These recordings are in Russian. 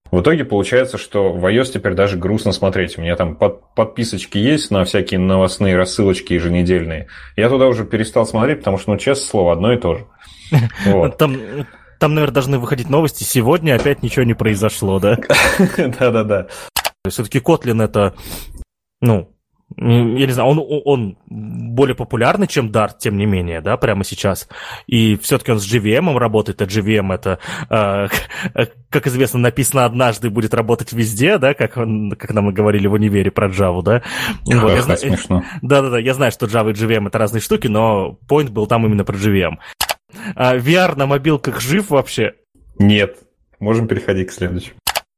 В итоге получается, что в iOS теперь даже грустно смотреть. У меня там подписочки есть на всякие новостные рассылочки еженедельные. Я туда уже перестал смотреть, потому что, честное слово, одно и то же. Вот. Там, наверное, должны выходить новости. Сегодня опять ничего не произошло, да? Да-да-да. Все-таки Kotlin это, я не знаю, он более популярный, чем Dart, тем не менее, да, прямо сейчас. И все-таки он с JVM работает, а JVM это, как известно, написано однажды, будет работать везде, да, как нам и говорили в универе про Java, да. Вот, смешно. Да-да-да, я знаю, что Java и JVM это разные штуки, но point был там именно про JVM. VR на мобилках жив вообще? Нет. Можем переходить к следующему.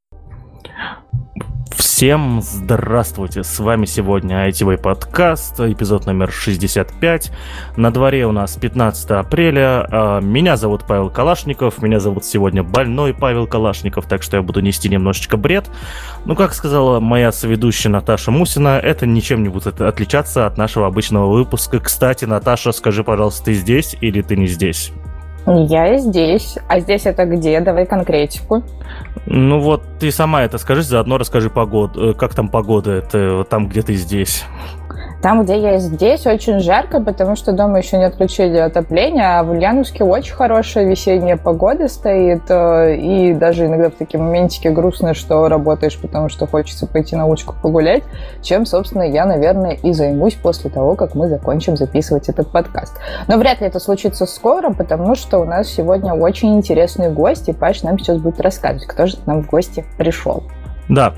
Всем здравствуйте, с вами сегодня ITV подкаст, эпизод номер 65. На дворе у нас 15 апреля. Меня зовут Павел Калашников, меня зовут сегодня больной Павел Калашников, так что я буду нести немножечко бред. Как сказала моя соведущая Наташа Мусина, это ничем не будет отличаться от нашего обычного выпуска. Кстати, Наташа, скажи, пожалуйста, ты здесь или ты не здесь? Я здесь. А здесь это где? Давай конкретику. Ты сама это скажи, заодно расскажи погоду. Как там погода? Это там, где ты здесь? Там, где я здесь, очень жарко, потому что дома еще не отключили отопление, а в Ульяновске очень хорошая весенняя погода стоит, и даже иногда в такие моментики грустно, что работаешь, потому что хочется пойти на улочку погулять, чем, собственно, я, наверное, и займусь после того, как мы закончим записывать этот подкаст. Но вряд ли это случится скоро, потому что у нас сегодня очень интересный гость, и Паш нам сейчас будет рассказывать, кто же к нам в гости пришел. Да,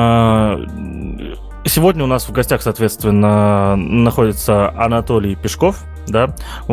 сегодня у нас в гостях, соответственно, находится Анатолий Пешков, да,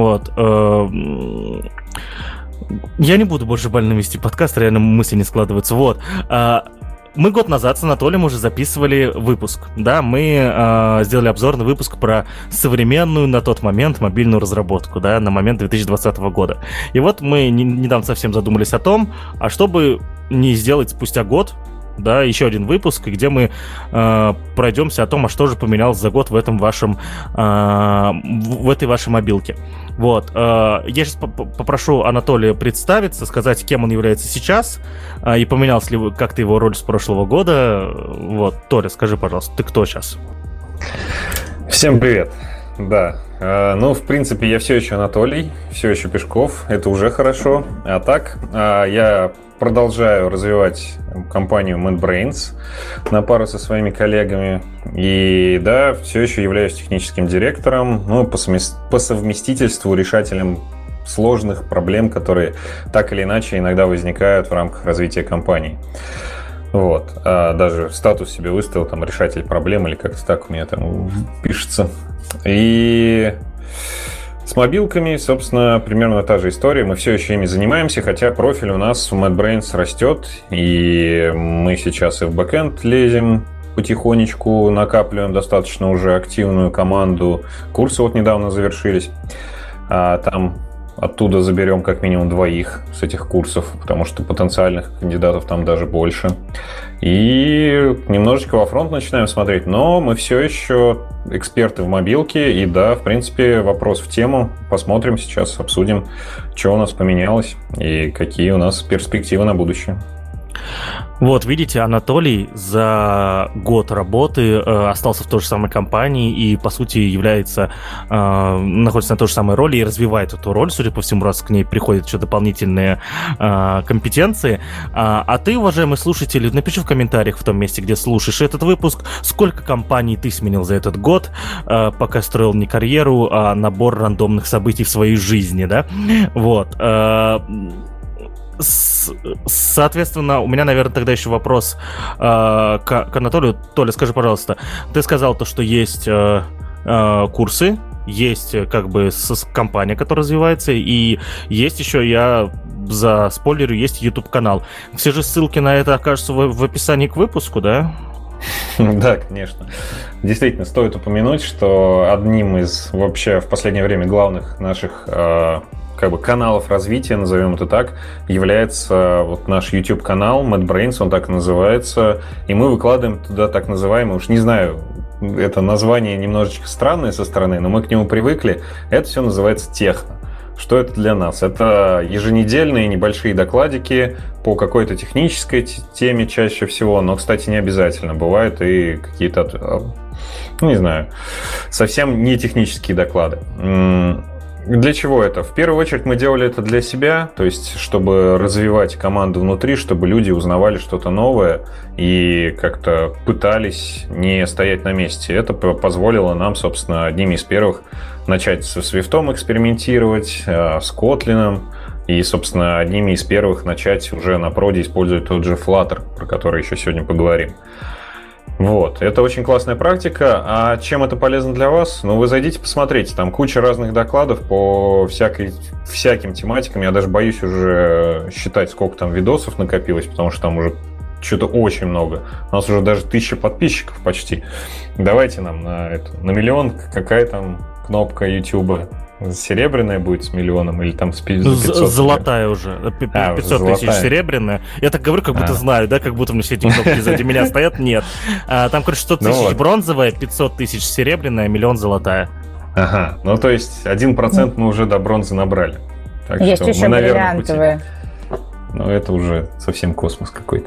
Я не буду больше больным вести подкаст, реально мысли не складываются, Мы год назад с Анатолием уже записывали выпуск, да, мы сделали обзорный выпуск про современную на тот момент мобильную разработку, да, на момент 2020 года. И мы недавно совсем задумались о том, а что бы не сделать спустя год, да, еще один выпуск, где мы пройдемся о том, а что же поменялось за год в этом вашем, в этой вашей мобилке. Я сейчас попрошу Анатолия представиться, сказать, кем он является сейчас, и поменялась ли как-то его роль с прошлого года. Толя, скажи, пожалуйста, ты кто сейчас? Всем привет. Да, в принципе, я все еще Анатолий, все еще Пешков, это уже хорошо. А так, я продолжаю развивать компанию MadBrains на пару со своими коллегами. И да, все еще являюсь техническим директором, по совместительству решателем сложных проблем, которые так или иначе иногда возникают в рамках развития компании. Даже статус себе выставил, там, решатель проблем, или как-то так у меня там пишется. И с мобилками, собственно, примерно та же история. Мы все еще ими занимаемся, хотя профиль у нас в MadBrains растет, и мы сейчас и в бэкэнд лезем потихонечку, накапливаем достаточно уже активную команду. Курсы недавно завершились. Там оттуда заберем как минимум 2 с этих курсов, потому что потенциальных кандидатов там даже больше. И немножечко во фронт начинаем смотреть, но мы все еще эксперты в мобилке, и да, в принципе, вопрос в тему. Посмотрим сейчас, обсудим, что у нас поменялось и какие у нас перспективы на будущее. Видите, Анатолий за год работы остался в той же самой компании и, по сути, находится на той же самой роли и развивает эту роль, судя по всему, раз к ней приходят еще дополнительные компетенции. А ты, уважаемый слушатель, напиши в комментариях в том месте, где слушаешь этот выпуск, сколько компаний ты сменил за этот год, пока строил не карьеру, а набор рандомных событий в своей жизни, да? Соответственно, у меня, наверное, тогда еще вопрос к Анатолию. Толя, скажи, пожалуйста, ты сказал то, что есть курсы, есть компания, которая развивается, и есть еще, я за спойлерю, есть YouTube-канал. Все же ссылки на это окажутся в описании к выпуску, да? Да, конечно. Действительно, стоит упомянуть, что одним из вообще в последнее время главных наших каналов развития, назовем это так, является наш YouTube-канал MadBrains, он так и называется, и мы выкладываем туда так называемый, уж не знаю, это название немножечко странное со стороны, но мы к нему привыкли, это все называется техно. Что это для нас? Это еженедельные небольшие докладики по какой-то технической теме чаще всего, но, кстати, не обязательно. Бывают и какие-то, не знаю, совсем не технические доклады. Для чего это? В первую очередь мы делали это для себя, то есть чтобы развивать команду внутри, чтобы люди узнавали что-то новое и как-то пытались не стоять на месте. Это позволило нам, собственно, одними из первых начать со Swift экспериментировать, с Kotlin, и, собственно, одними из первых начать уже на проде использовать тот же Flutter, про который еще сегодня поговорим. Вот, это очень классная практика. А чем это полезно для вас? Ну, вы зайдите, посмотрите. Там куча разных докладов по всяким тематикам. Я даже боюсь уже считать, сколько там видосов накопилось, потому что там уже что-то очень много. У нас уже даже 1000 подписчиков почти. Давайте нам на миллион. Какая там кнопка YouTube? Серебряная будет с миллионом или там с 500? Золотая уже. 500 тысяч серебряная. Я так говорю, как будто знаю, да, как будто мне все эти кнопки сзади меня стоят. Нет. Там, короче, 100 тысяч бронзовая, 500 тысяч серебряная, миллион золотая. Ага, ну то есть 1% мы уже до бронзы набрали. Так есть что еще мы, наверное, бриллиантовые. Но это уже совсем космос какой-то.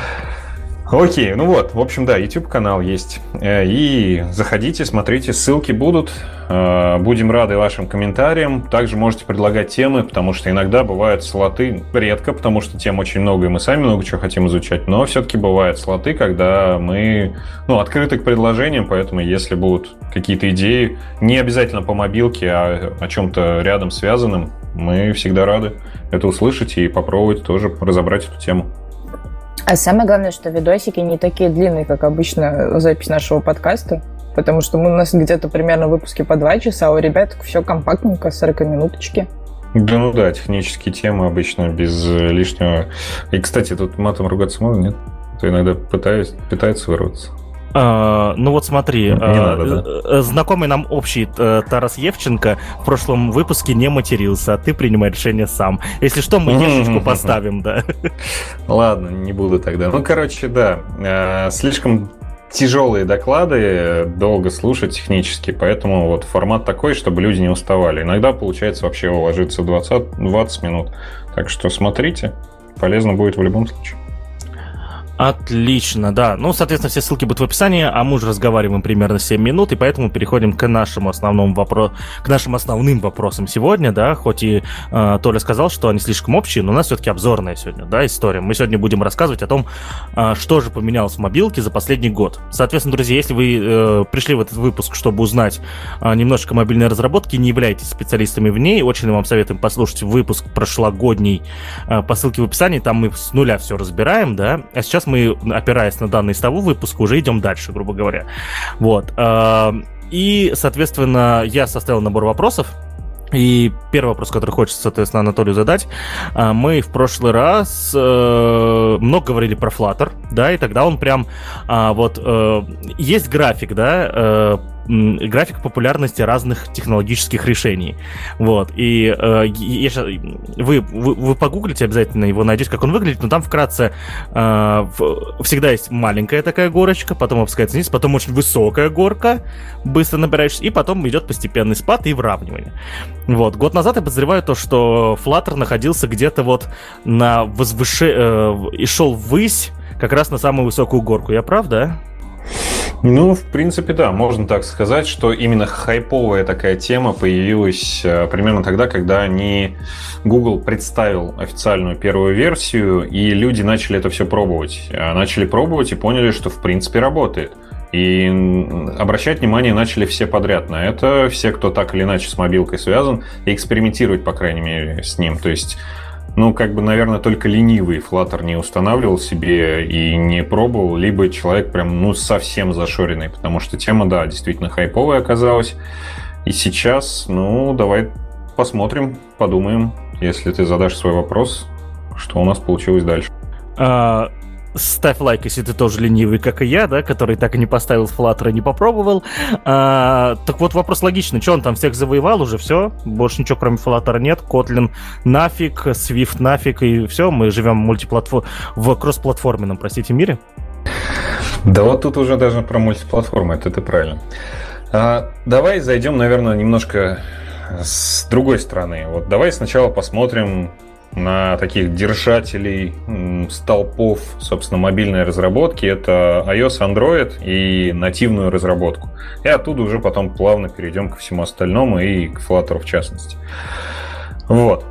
Окей, ну вот, в общем, да, YouTube-канал есть. И заходите, смотрите, ссылки будут. Будем рады вашим комментариям. Также можете предлагать темы, потому что иногда бывают слоты, редко, потому что тем очень много, и мы сами много чего хотим изучать, но все-таки бывают слоты, когда мы открыты к предложениям, поэтому если будут какие-то идеи, не обязательно по мобилке, а о чем-то рядом связанном, мы всегда рады это услышать и попробовать тоже разобрать эту тему. А самое главное, что видосики не такие длинные, как обычно запись нашего подкаста, потому что у нас где-то примерно выпуски по 2 часа, а у ребят все компактненько, 40-минуточки. Да, технические темы обычно без лишнего. И, кстати, тут матом ругаться можно, нет? То иногда пытаются вырваться. Ну вот смотри, надо, да? Знакомый нам общий Тарас Евченко в прошлом выпуске не матерился, а ты принимай решение сам. Если что, мы ешечку поставим, да. Ладно, не буду тогда. Ну, короче, да, слишком тяжелые доклады, долго слушать технически, поэтому вот формат такой, чтобы люди не уставали. Иногда получается вообще уложиться в 20 минут. Так что смотрите, полезно будет в любом случае. Отлично, да. Ну, соответственно, все ссылки будут в описании, а мы уже разговариваем примерно 7 минут, и поэтому переходим к нашим основным вопросам сегодня, да, хоть и Толя сказал, что они слишком общие, но у нас все-таки обзорная сегодня, да, история. Мы сегодня будем рассказывать о том, что же поменялось в мобилке за последний год. Соответственно, друзья, если вы пришли в этот выпуск, чтобы узнать немножко мобильной разработки, не являетесь специалистами в ней, очень вам советуем послушать выпуск прошлогодний по ссылке в описании, там мы с нуля все разбираем, да, а сейчас мы, опираясь на данные с того выпуска, уже идем дальше, грубо говоря. Вот. И, соответственно, я составил набор вопросов. И первый вопрос, который хочется, соответственно, Анатолию задать. Мы в прошлый раз много говорили про Flutter, да, и тогда он прям... есть график, да, график популярности разных технологических решений. Вот. И вы погуглите обязательно, его найдете, как он выглядит, но там вкратце всегда есть маленькая такая горочка, потом опускается вниз, потом очень высокая горка, быстро набираешься, и потом идет постепенный спад и выравнивание. Вот. Год назад я подозреваю то, что Flutter находился где-то вот на и шел ввысь, как раз на самую высокую горку. Я прав, да? Ну, в принципе, да, можно так сказать, что именно хайповая такая тема появилась примерно тогда, когда Google представил официальную первую версию, и люди начали это все пробовать. Начали пробовать и поняли, что в принципе работает. И обращать внимание начали все подряд на это, все, кто так или иначе с мобилкой связан, и экспериментировать, по крайней мере, с ним. То есть, наверное, только ленивый Flutter не устанавливал себе и не пробовал, либо человек прям, совсем зашоренный, потому что тема, да, действительно хайповая оказалась. И сейчас, давай посмотрим, подумаем, если ты задашь свой вопрос, что у нас получилось дальше. Ставь лайк, если ты тоже ленивый, как и я, да, который так и не поставил Flutter и не попробовал. Так вот, вопрос логичный. Что, он там всех завоевал уже, все? Больше ничего, кроме Flutter нет. Kotlin нафиг, Swift нафиг, и все, мы живем в кроссплатформенном, мире? Да вот тут уже даже про мультиплатформу, это ты правильно. Давай зайдем, наверное, немножко с другой стороны. Вот давай сначала посмотрим на таких держателей столпов, собственно, мобильной разработки. Это iOS, Android и нативную разработку. И оттуда уже потом плавно перейдем ко всему остальному и к Flutter в частности. Вот.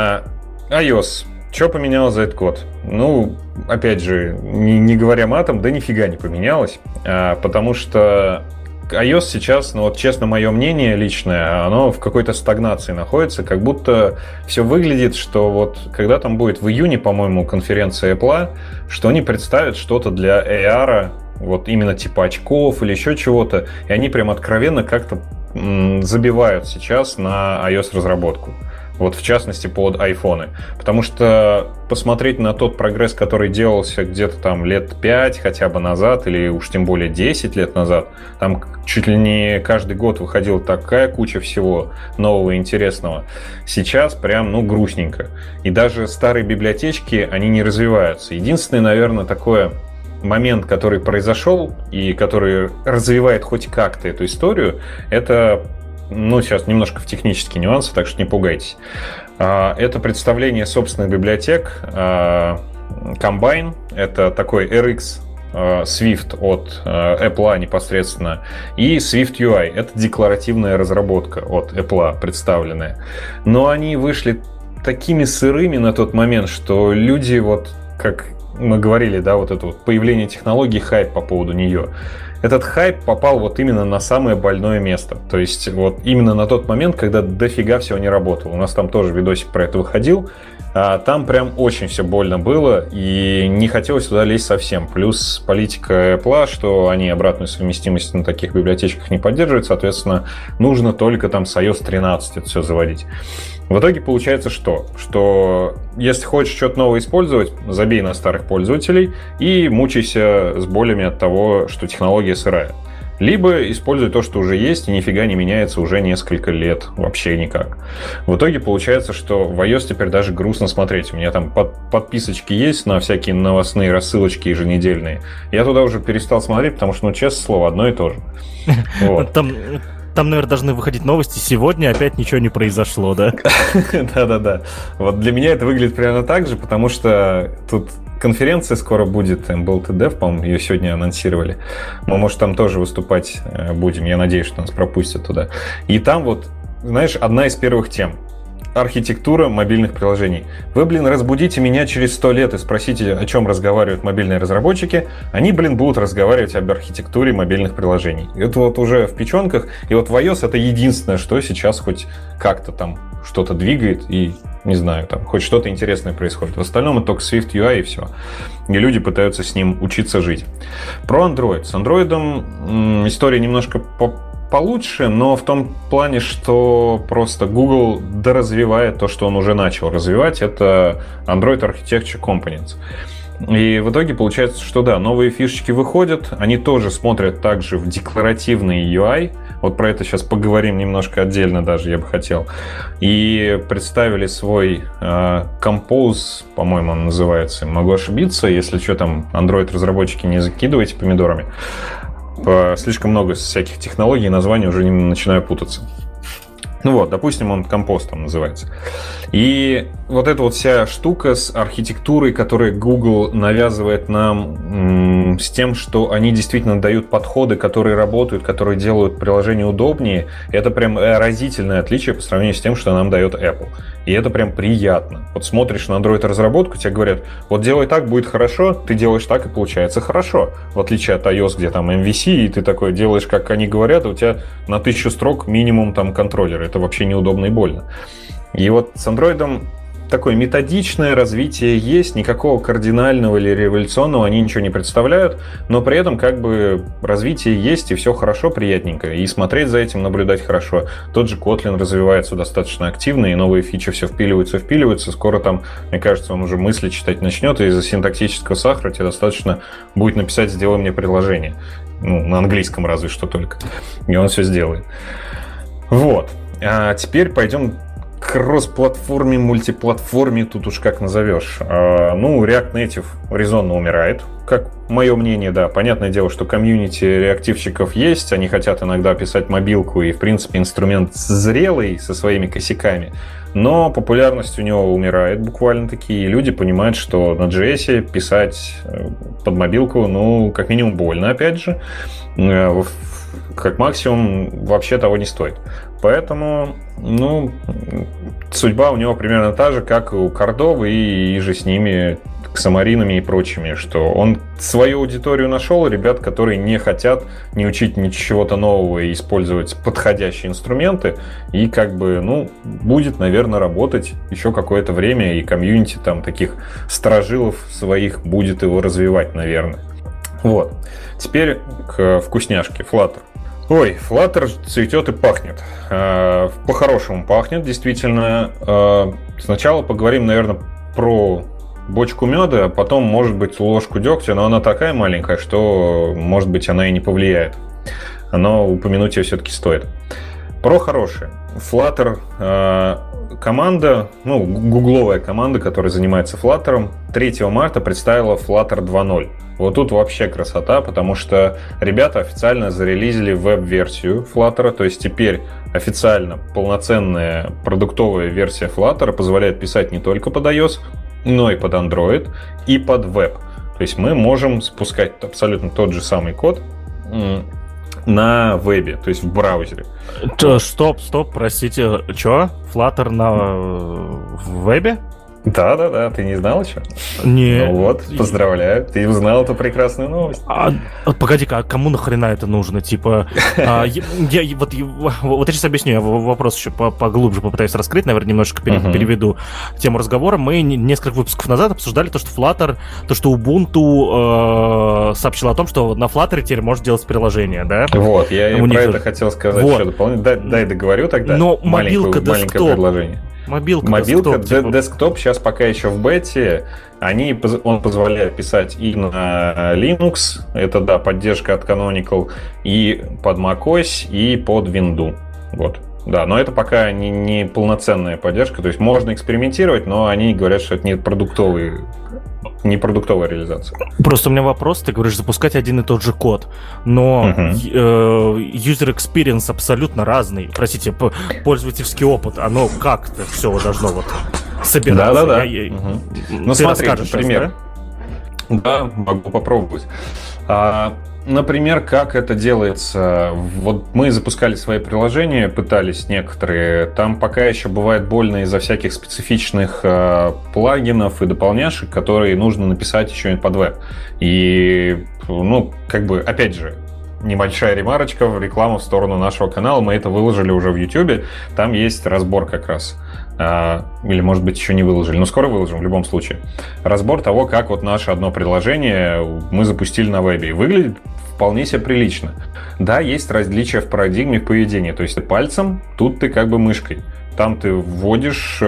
iOS. Что поменялось за этот год? Ну, опять же, не говоря матом, да нифига не поменялось. Потому что iOS сейчас, ну вот честно, мое мнение личное, оно в какой-то стагнации находится, как будто все выглядит, что вот когда там будет в июне, по-моему, конференция Apple, что они представят что-то для AR, вот именно типа очков или еще чего-то, и они прям откровенно как-то забивают сейчас на iOS-разработку. Вот в частности под айфоны. Потому что посмотреть на тот прогресс, который делался где-то там лет 5 хотя бы назад, или уж тем более 10 лет назад, там чуть ли не каждый год выходила такая куча всего нового и интересного. Сейчас прям, ну, грустненько. И даже старые библиотечки, они не развиваются. Единственный, наверное, такой момент, который произошел и который развивает хоть как-то эту историю, это... Ну, сейчас немножко в технические нюансы, так что не пугайтесь. Это представление собственных библиотек. Combine — это такой RX Swift от Apple непосредственно. И Swift UI — это декларативная разработка от Apple представленная. Но они вышли такими сырыми на тот момент, что люди, вот как мы говорили, да, вот это вот появление технологий, хайп по поводу нее, этот хайп попал вот именно на самое больное место. То есть вот именно на тот момент, когда дофига всего не работало. У нас там тоже видосик про это выходил. Там прям очень все больно было, и не хотелось туда лезть совсем. Плюс политика Apple, что они обратную совместимость на таких библиотечках не поддерживают, соответственно, нужно только там с iOS 13 это все заводить. В итоге получается что если хочешь что-то новое использовать, забей на старых пользователей и мучайся с болями от того, что технология сырая. Либо используй то, что уже есть, и нифига не меняется уже несколько лет, вообще никак. В итоге получается, что в iOS теперь даже грустно смотреть. У меня там подписочки есть на всякие новостные рассылочки еженедельные. Я туда уже перестал смотреть, потому что, ну, честное слово, одно и то же. Вот. Там, наверное, должны выходить новости. Сегодня опять ничего не произошло, да? Да-да-да. Вот для меня это выглядит примерно так же, потому что тут конференция скоро будет, MBLT-Dev, по-моему, ее сегодня анонсировали. Мы, может, там тоже выступать будем. Я надеюсь, что нас пропустят туда. И там вот, знаешь, одна из первых тем. Архитектура мобильных приложений. Вы, разбудите меня через 100 лет и спросите, о чем разговаривают мобильные разработчики. Они, будут разговаривать об архитектуре мобильных приложений. Это вот уже в печенках. И вот в iOS это единственное, что сейчас хоть как-то там что-то двигает и, не знаю, там хоть что-то интересное происходит. В остальном это только Swift UI и все. И люди пытаются с ним учиться жить. Про Android. С Android история немножко получше, но в том плане, что просто Google доразвивает то, что он уже начал развивать, это Android Architecture Components. И в итоге получается, что да, новые фишечки выходят, они тоже смотрят также в декларативный UI, вот про это сейчас поговорим немножко отдельно даже, я бы хотел. И представили свой Compose, по-моему, он называется, могу ошибиться, если что там, Android-разработчики, не закидывайте помидорами. Слишком много всяких технологий, названия уже не начинаю путаться. Ну вот, допустим, он Compose там называется. И вот эта вот вся штука с архитектурой, которую Google навязывает нам, с тем, что они действительно дают подходы, которые работают, которые делают приложение удобнее, это прям разительное отличие по сравнению с тем, что нам дает Apple. И это прям приятно. Вот смотришь на Android-разработку, тебе говорят, вот делай так, будет хорошо, ты делаешь так, и получается хорошо. В отличие от iOS, где там MVC, и ты такой делаешь, как они говорят, и у тебя на 1000 строк минимум там контроллер. Это вообще неудобно и больно. И вот с Android такое методичное развитие есть, никакого кардинального или революционного они ничего не представляют, но при этом как бы развитие есть, и все хорошо, приятненько, и смотреть за этим, наблюдать хорошо. Тот же Kotlin развивается достаточно активно, и новые фичи все впиливаются, скоро там, мне кажется, он уже мысли читать начнет, и из-за синтаксического сахара тебе достаточно будет написать «сделай мне приложение», ну, на английском разве что только, и он все сделает. Вот, а теперь пойдем кросс-платформе, мультиплатформе, тут уж как назовешь. Ну, React Native резонно умирает. как мое мнение, да, понятное дело, что комьюнити реактивщиков есть, они хотят иногда писать мобилку, и, в принципе, инструмент зрелый со своими косяками, но популярность у него умирает буквально-таки, и люди понимают, что на JS писать под мобилку, ну, как минимум больно, опять же, как максимум вообще того не стоит. Поэтому, ну, судьба у него примерно та же, как и у Кордов и же с ними, Ксамаринами и прочими, что он свою аудиторию нашел, ребят, которые не хотят не учить ничего-то нового и использовать подходящие инструменты, и как бы, ну, будет, наверное, работать еще какое-то время, и комьюнити там таких сторожилов своих будет его развивать, наверное. Вот. Теперь к вкусняшке, Flutter. Ой, Flutter цветет и пахнет. По-хорошему пахнет, действительно. Сначала поговорим, наверное, про бочку меда, а потом, может быть, ложку дегтя, но она такая маленькая, что, может быть, она и не повлияет. Но упомянуть ее все-таки стоит. Про хорошее. Flutter команда, ну, гугловая команда, которая занимается Flutter, 3 марта представила Flutter 2.0. Вот тут вообще красота, потому что ребята официально зарелизили веб-версию Flutter, то есть теперь официально полноценная продуктовая версия Flutter позволяет писать не только под iOS, но и под Android, и под веб. То есть мы можем спускать абсолютно тот же самый код на вебе, то есть в браузере. Стоп, простите, что? Flutter в вебе? Да, ты не знал еще? Нет. Ну вот, поздравляю, ты узнал эту прекрасную новость. Погоди-ка, а кому нахрена это нужно? Типа, вот я сейчас объясню, я вопрос еще поглубже попытаюсь раскрыть, наверное, немножко переведу тему разговора. Мы несколько выпусков назад обсуждали то, что Flutter, то, что Ubuntu сообщил о том, что на Flutter теперь можно делать приложение, да? Вот, я про это хотел сказать еще дополнительно. Дай договорю тогда. Но мобилка, маленькое предложение. Мобилка десктоп сейчас пока еще в бете. Он позволяет писать и на Linux, это, да, поддержка от Canonical, и под macOS, и под Windows. Вот. Да, но это пока не полноценная поддержка, то есть можно экспериментировать, но они говорят, что это не продуктовая реализация. Просто у меня вопрос, ты говоришь запускать один и тот же код, но user experience абсолютно разный. Простите, пользовательский опыт, оно как-то все должно вот собираться. Да. Ну смотри, например. Да, могу попробовать. Например, как это делается? Вот мы запускали свои приложения, пытались некоторые. Там пока еще бывает больно из-за всяких специфичных плагинов и дополняшек, которые нужно написать еще и под веб. И, ну, как бы, опять же, небольшая ремарочка, реклама в сторону нашего канала. Мы это выложили уже в YouTube. Там есть разбор как раз. Или, может быть, еще не выложили, но скоро выложим в любом случае. Разбор того, как вот наше одно приложение мы запустили на вебе. И выглядит вполне себе прилично. Да, есть различия в парадигме, в поведении. То есть ты пальцем, тут ты как бы мышкой. Там ты вводишь,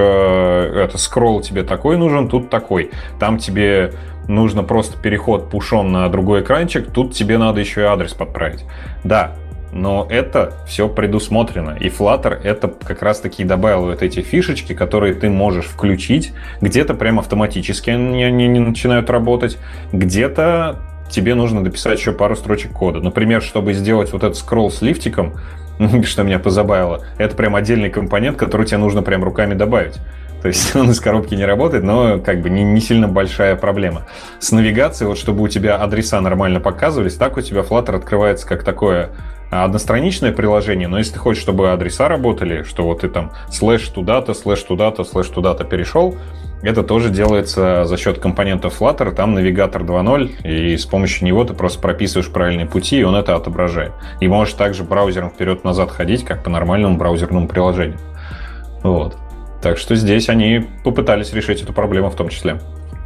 скролл тебе такой нужен, тут такой. Там тебе нужно просто переход пушом на другой экранчик, тут тебе надо еще и адрес подправить. Да, но это все предусмотрено. И Flutter это как раз-таки добавил вот эти фишечки, которые ты можешь включить. Где-то прям автоматически они начинают работать. Где-то тебе нужно дописать еще пару строчек кода. Например, чтобы сделать вот этот скролл с лифтиком, что меня позабавило, это прям отдельный компонент, который тебе нужно прям руками добавить. То есть он из коробки не работает, но как бы не сильно большая проблема. С навигацией, вот чтобы у тебя адреса нормально показывались, так у тебя Flutter открывается как такое одностраничное приложение, но если ты хочешь, чтобы адреса работали, что вот ты там слэш туда-то перешел, это тоже делается за счет компонентов Flutter, там навигатор 2.0, и с помощью него ты просто прописываешь правильные пути, и он это отображает. И можешь также браузером вперед-назад ходить, как по нормальному браузерному приложению. Вот. Так что здесь они попытались решить эту проблему в том числе.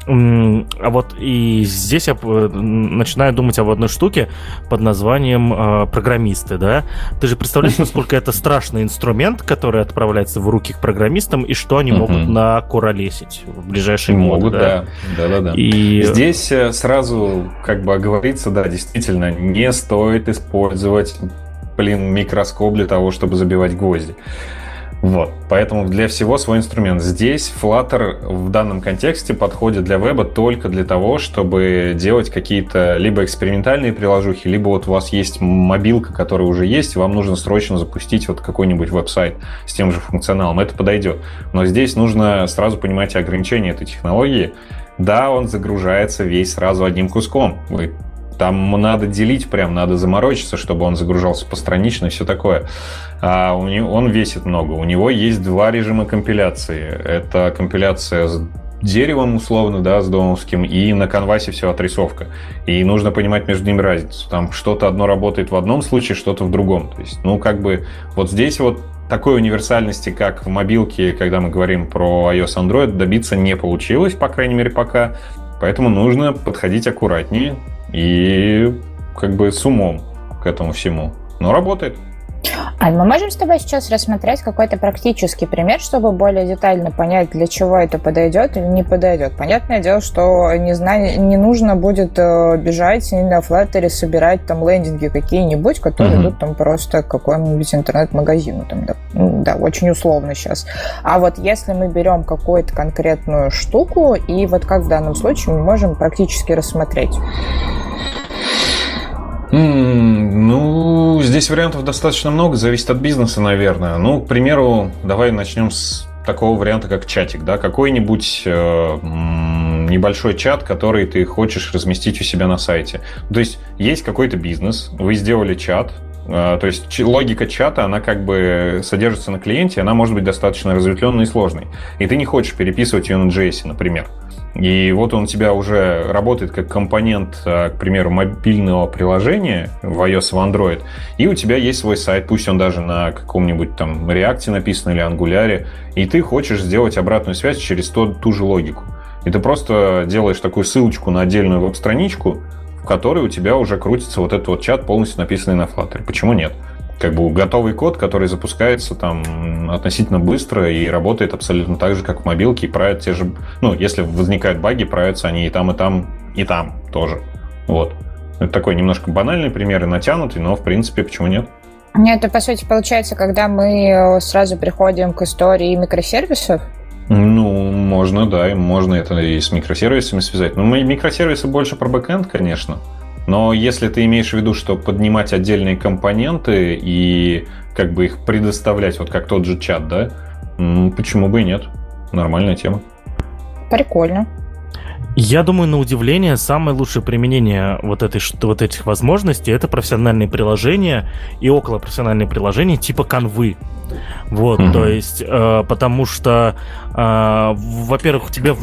А вот и здесь я начинаю думать об одной штуке под названием программисты, да? Ты же представляешь, насколько это страшный инструмент, который отправляется в руки к программистам, и что они могут накуролесить в ближайшие годы. Могут, да. И здесь сразу как бы оговориться, да, действительно, не стоит использовать, микроскоп для того, чтобы забивать гвозди. Вот, поэтому для всего свой инструмент. Здесь Flutter в данном контексте подходит для веба только для того, чтобы делать какие-то либо экспериментальные приложухи, либо вот у вас есть мобилка, которая уже есть, и вам нужно срочно запустить вот какой-нибудь веб-сайт с тем же функционалом. Это подойдет. Но здесь нужно сразу понимать ограничения этой технологии. Да, он загружается весь сразу одним куском. Там надо делить прям, надо заморочиться, чтобы он загружался постранично и все такое. А он весит много. У него есть 2 режима компиляции. Это компиляция с деревом, условно, да, с домовским, и на канвасе все отрисовка. И нужно понимать между ними разницу. Там что-то одно работает в одном случае, что-то в другом. То есть, вот здесь вот такой универсальности, как в мобилке, когда мы говорим про iOS, Android, добиться не получилось, по крайней мере, пока. Поэтому нужно подходить аккуратнее и с умом к этому всему. Но работает. Ань, мы можем с тобой сейчас рассмотреть какой-то практический пример, чтобы более детально понять, для чего это подойдет или не подойдет. Понятное дело, что не нужно будет бежать и на Flutter собирать там лендинги какие-нибудь, которые идут там просто к какому-нибудь интернет-магазину. Да, очень условно сейчас. А вот если мы берем какую-то конкретную штуку, и вот как в данном случае мы можем практически рассмотреть? Здесь вариантов достаточно много, зависит от бизнеса, наверное. К примеру, давай начнем с такого варианта, как чатик, да, какой-нибудь небольшой чат, который ты хочешь разместить у себя на сайте. То есть какой-то бизнес, вы сделали чат, то есть логика чата, она содержится на клиенте, она может быть достаточно разветвленной и сложной. И ты не хочешь переписывать ее на JS, например. И вот он у тебя уже работает как компонент, к примеру, мобильного приложения в iOS и в Android, и у тебя есть свой сайт, пусть он даже на каком-нибудь там React написан или Angular, и ты хочешь сделать обратную связь через ту же логику. И ты просто делаешь такую ссылочку на отдельную веб-страничку, в которой у тебя уже крутится вот этот вот чат, полностью написанный на Flutter. Почему нет? Готовый код, который запускается там относительно быстро и работает абсолютно так же, как в мобилке, и правят те же... если возникают баги, правятся они и там тоже. Вот. Это такой немножко банальный пример и натянутый, но, в принципе, почему нет? Нет, это, по сути, получается, когда мы сразу приходим к истории микросервисов. Можно, да, и можно это и с микросервисами связать. Микросервисы больше про бэкэнд, конечно. Но если ты имеешь в виду, что поднимать отдельные компоненты и их предоставлять, вот как тот же чат, да, почему бы и нет? Нормальная тема. Прикольно. Я думаю, на удивление, самое лучшее применение вот этих возможностей — это профессиональные приложения и околопрофессиональные приложения типа канвы. Вот, то есть, потому что, во-первых, тебе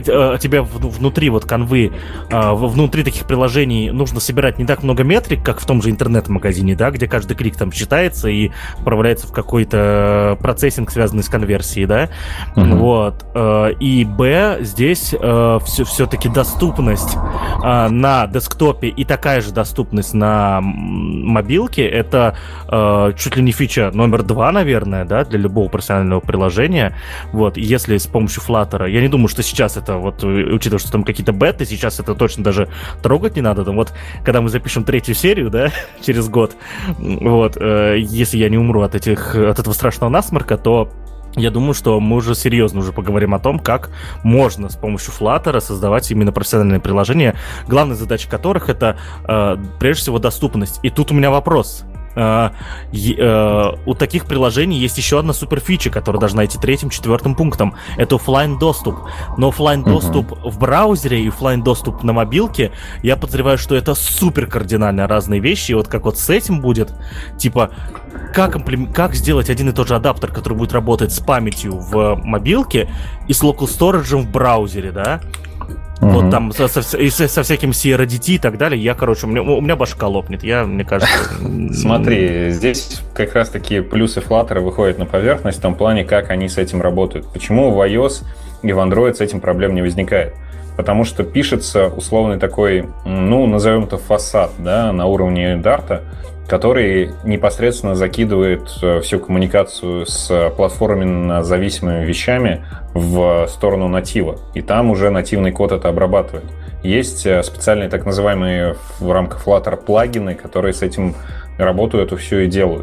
внутри вот канвы, внутри таких приложений нужно собирать не так много метрик, как в том же интернет-магазине, да, где каждый клик там считается и отправляется в какой-то процессинг, связанный с конверсией, да, вот, и здесь все-таки доступность на десктопе и такая же доступность на мобилке — это чуть ли не фича номер 2, наверное, да, для любого профессионального приложения. Вот, если с помощью Flutter, я не думаю, что сейчас это, вот, учитывая, что там какие-то беты, сейчас это точно даже трогать не надо. Там вот, когда мы запишем 3-ю серию, да, через год, вот, если я не умру от этого страшного насморка, то я думаю, что мы уже серьезно поговорим о том, как можно с помощью Flutter создавать именно профессиональные приложения, главная задача которых — это, прежде всего, доступность. И тут у меня вопрос. У таких приложений есть еще одна суперфича, которая должна идти 3-4 пунктом. Это офлайн доступ. Но офлайн доступ в браузере и офлайн доступ на мобилке, я подозреваю, что это супер кардинально разные вещи. И вот как вот с этим будет, типа, как сделать один и тот же адаптер, который будет работать с памятью в мобилке и с local storage в браузере, да? Вот там со всяким CRDT и так далее, у меня башка лопнет, мне кажется... Смотри, здесь как раз-таки плюсы Flutter выходят на поверхность в том плане, как они с этим работают. Почему в iOS и в Android с этим проблем не возникает? Потому что пишется условный такой, назовем это фасад, да, на уровне Dart, который непосредственно закидывает всю коммуникацию с платформенно зависимыми вещами в сторону натива. И там уже нативный код это обрабатывает. Есть специальные так называемые в рамках Flutter плагины, которые с этим работают и все и делают.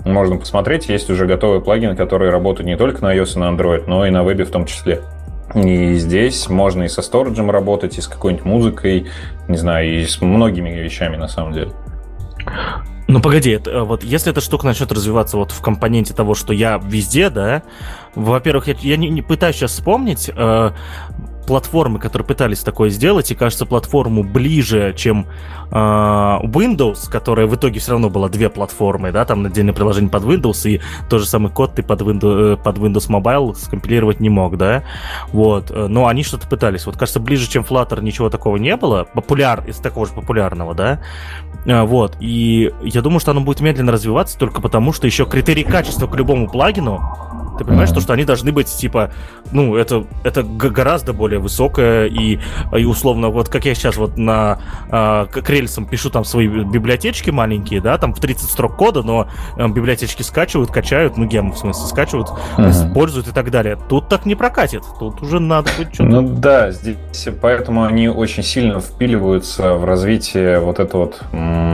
можно посмотреть. Есть уже готовые плагины, которые работают не только на iOS и на Android, но и на вебе в том числе. И здесь можно и со сториджем работать, и с какой-нибудь музыкой, не знаю, и с многими вещами на самом деле. Ну, погоди, вот если эта штука начнет развиваться вот в компоненте того, что я везде, да, во-первых, я не пытаюсь сейчас вспомнить платформы, которые пытались такое сделать, и, кажется, платформу ближе, чем Windows, которая в итоге все равно была две платформы, да, там отдельное приложение под Windows, и тот же самый код ты под Windows Mobile скомпилировать не мог, да, вот, но они что-то пытались. Вот, кажется, ближе, чем Flutter, ничего такого не было, из такого же популярного, да, вот, и я думаю, что оно будет медленно развиваться только потому, что еще критерии качества к любому плагину, ты понимаешь, что они должны быть, типа, ну, это гораздо более высокое, и условно, вот как я сейчас вот к рельсам пишу там свои библиотечки маленькие, да, там в 30 строк кода, но библиотечки скачивают, качают, ну, гемы, в смысле, скачивают, используют и так далее. Тут так не прокатит, тут уже надо быть что-то... Ну да, здесь поэтому они очень сильно впиливаются в развитие вот этого вот...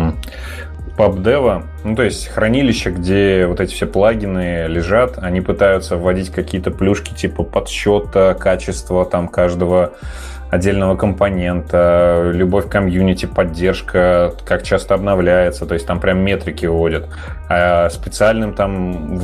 PubDev, ну то есть хранилище, где вот эти все плагины лежат, они пытаются вводить какие-то плюшки типа подсчета качества там каждого отдельного компонента, любовь к комьюнити, поддержка, как часто обновляется, то есть там прям метрики вводят. А специальным там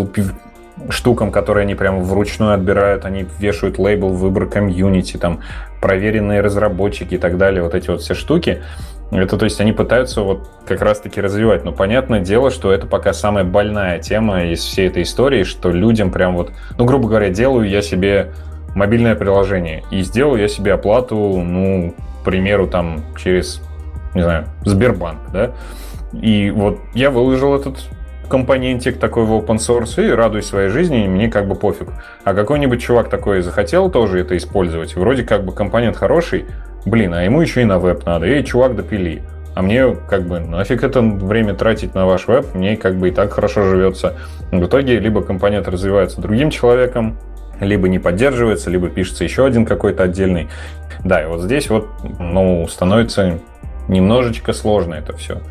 штукам, которые они прям вручную отбирают, они вешают лейбл выбор комьюнити, там проверенные разработчики и так далее, вот эти вот все штуки. Это, то есть, они пытаются вот как раз-таки развивать. Но понятное дело, что это пока самая больная тема из всей этой истории, что людям прям вот, ну, грубо говоря, делаю я себе мобильное приложение и сделаю я себе оплату, ну, к примеру, там, через, не знаю, Сбербанк, да? И вот я выложил этот компонентик такой в open source и радуюсь своей жизни, и мне как бы пофиг. А какой-нибудь чувак такой захотел тоже это использовать, вроде как бы компонент хороший, блин, а ему еще и на веб надо. Эй, чувак, допили. А мне как бы нафиг это время тратить на ваш веб, мне как бы и так хорошо живется. В итоге либо компонент развивается другим человеком, либо не поддерживается, либо пишется еще один какой-то отдельный. Да, и вот здесь вот, ну, становится немножечко сложно это все.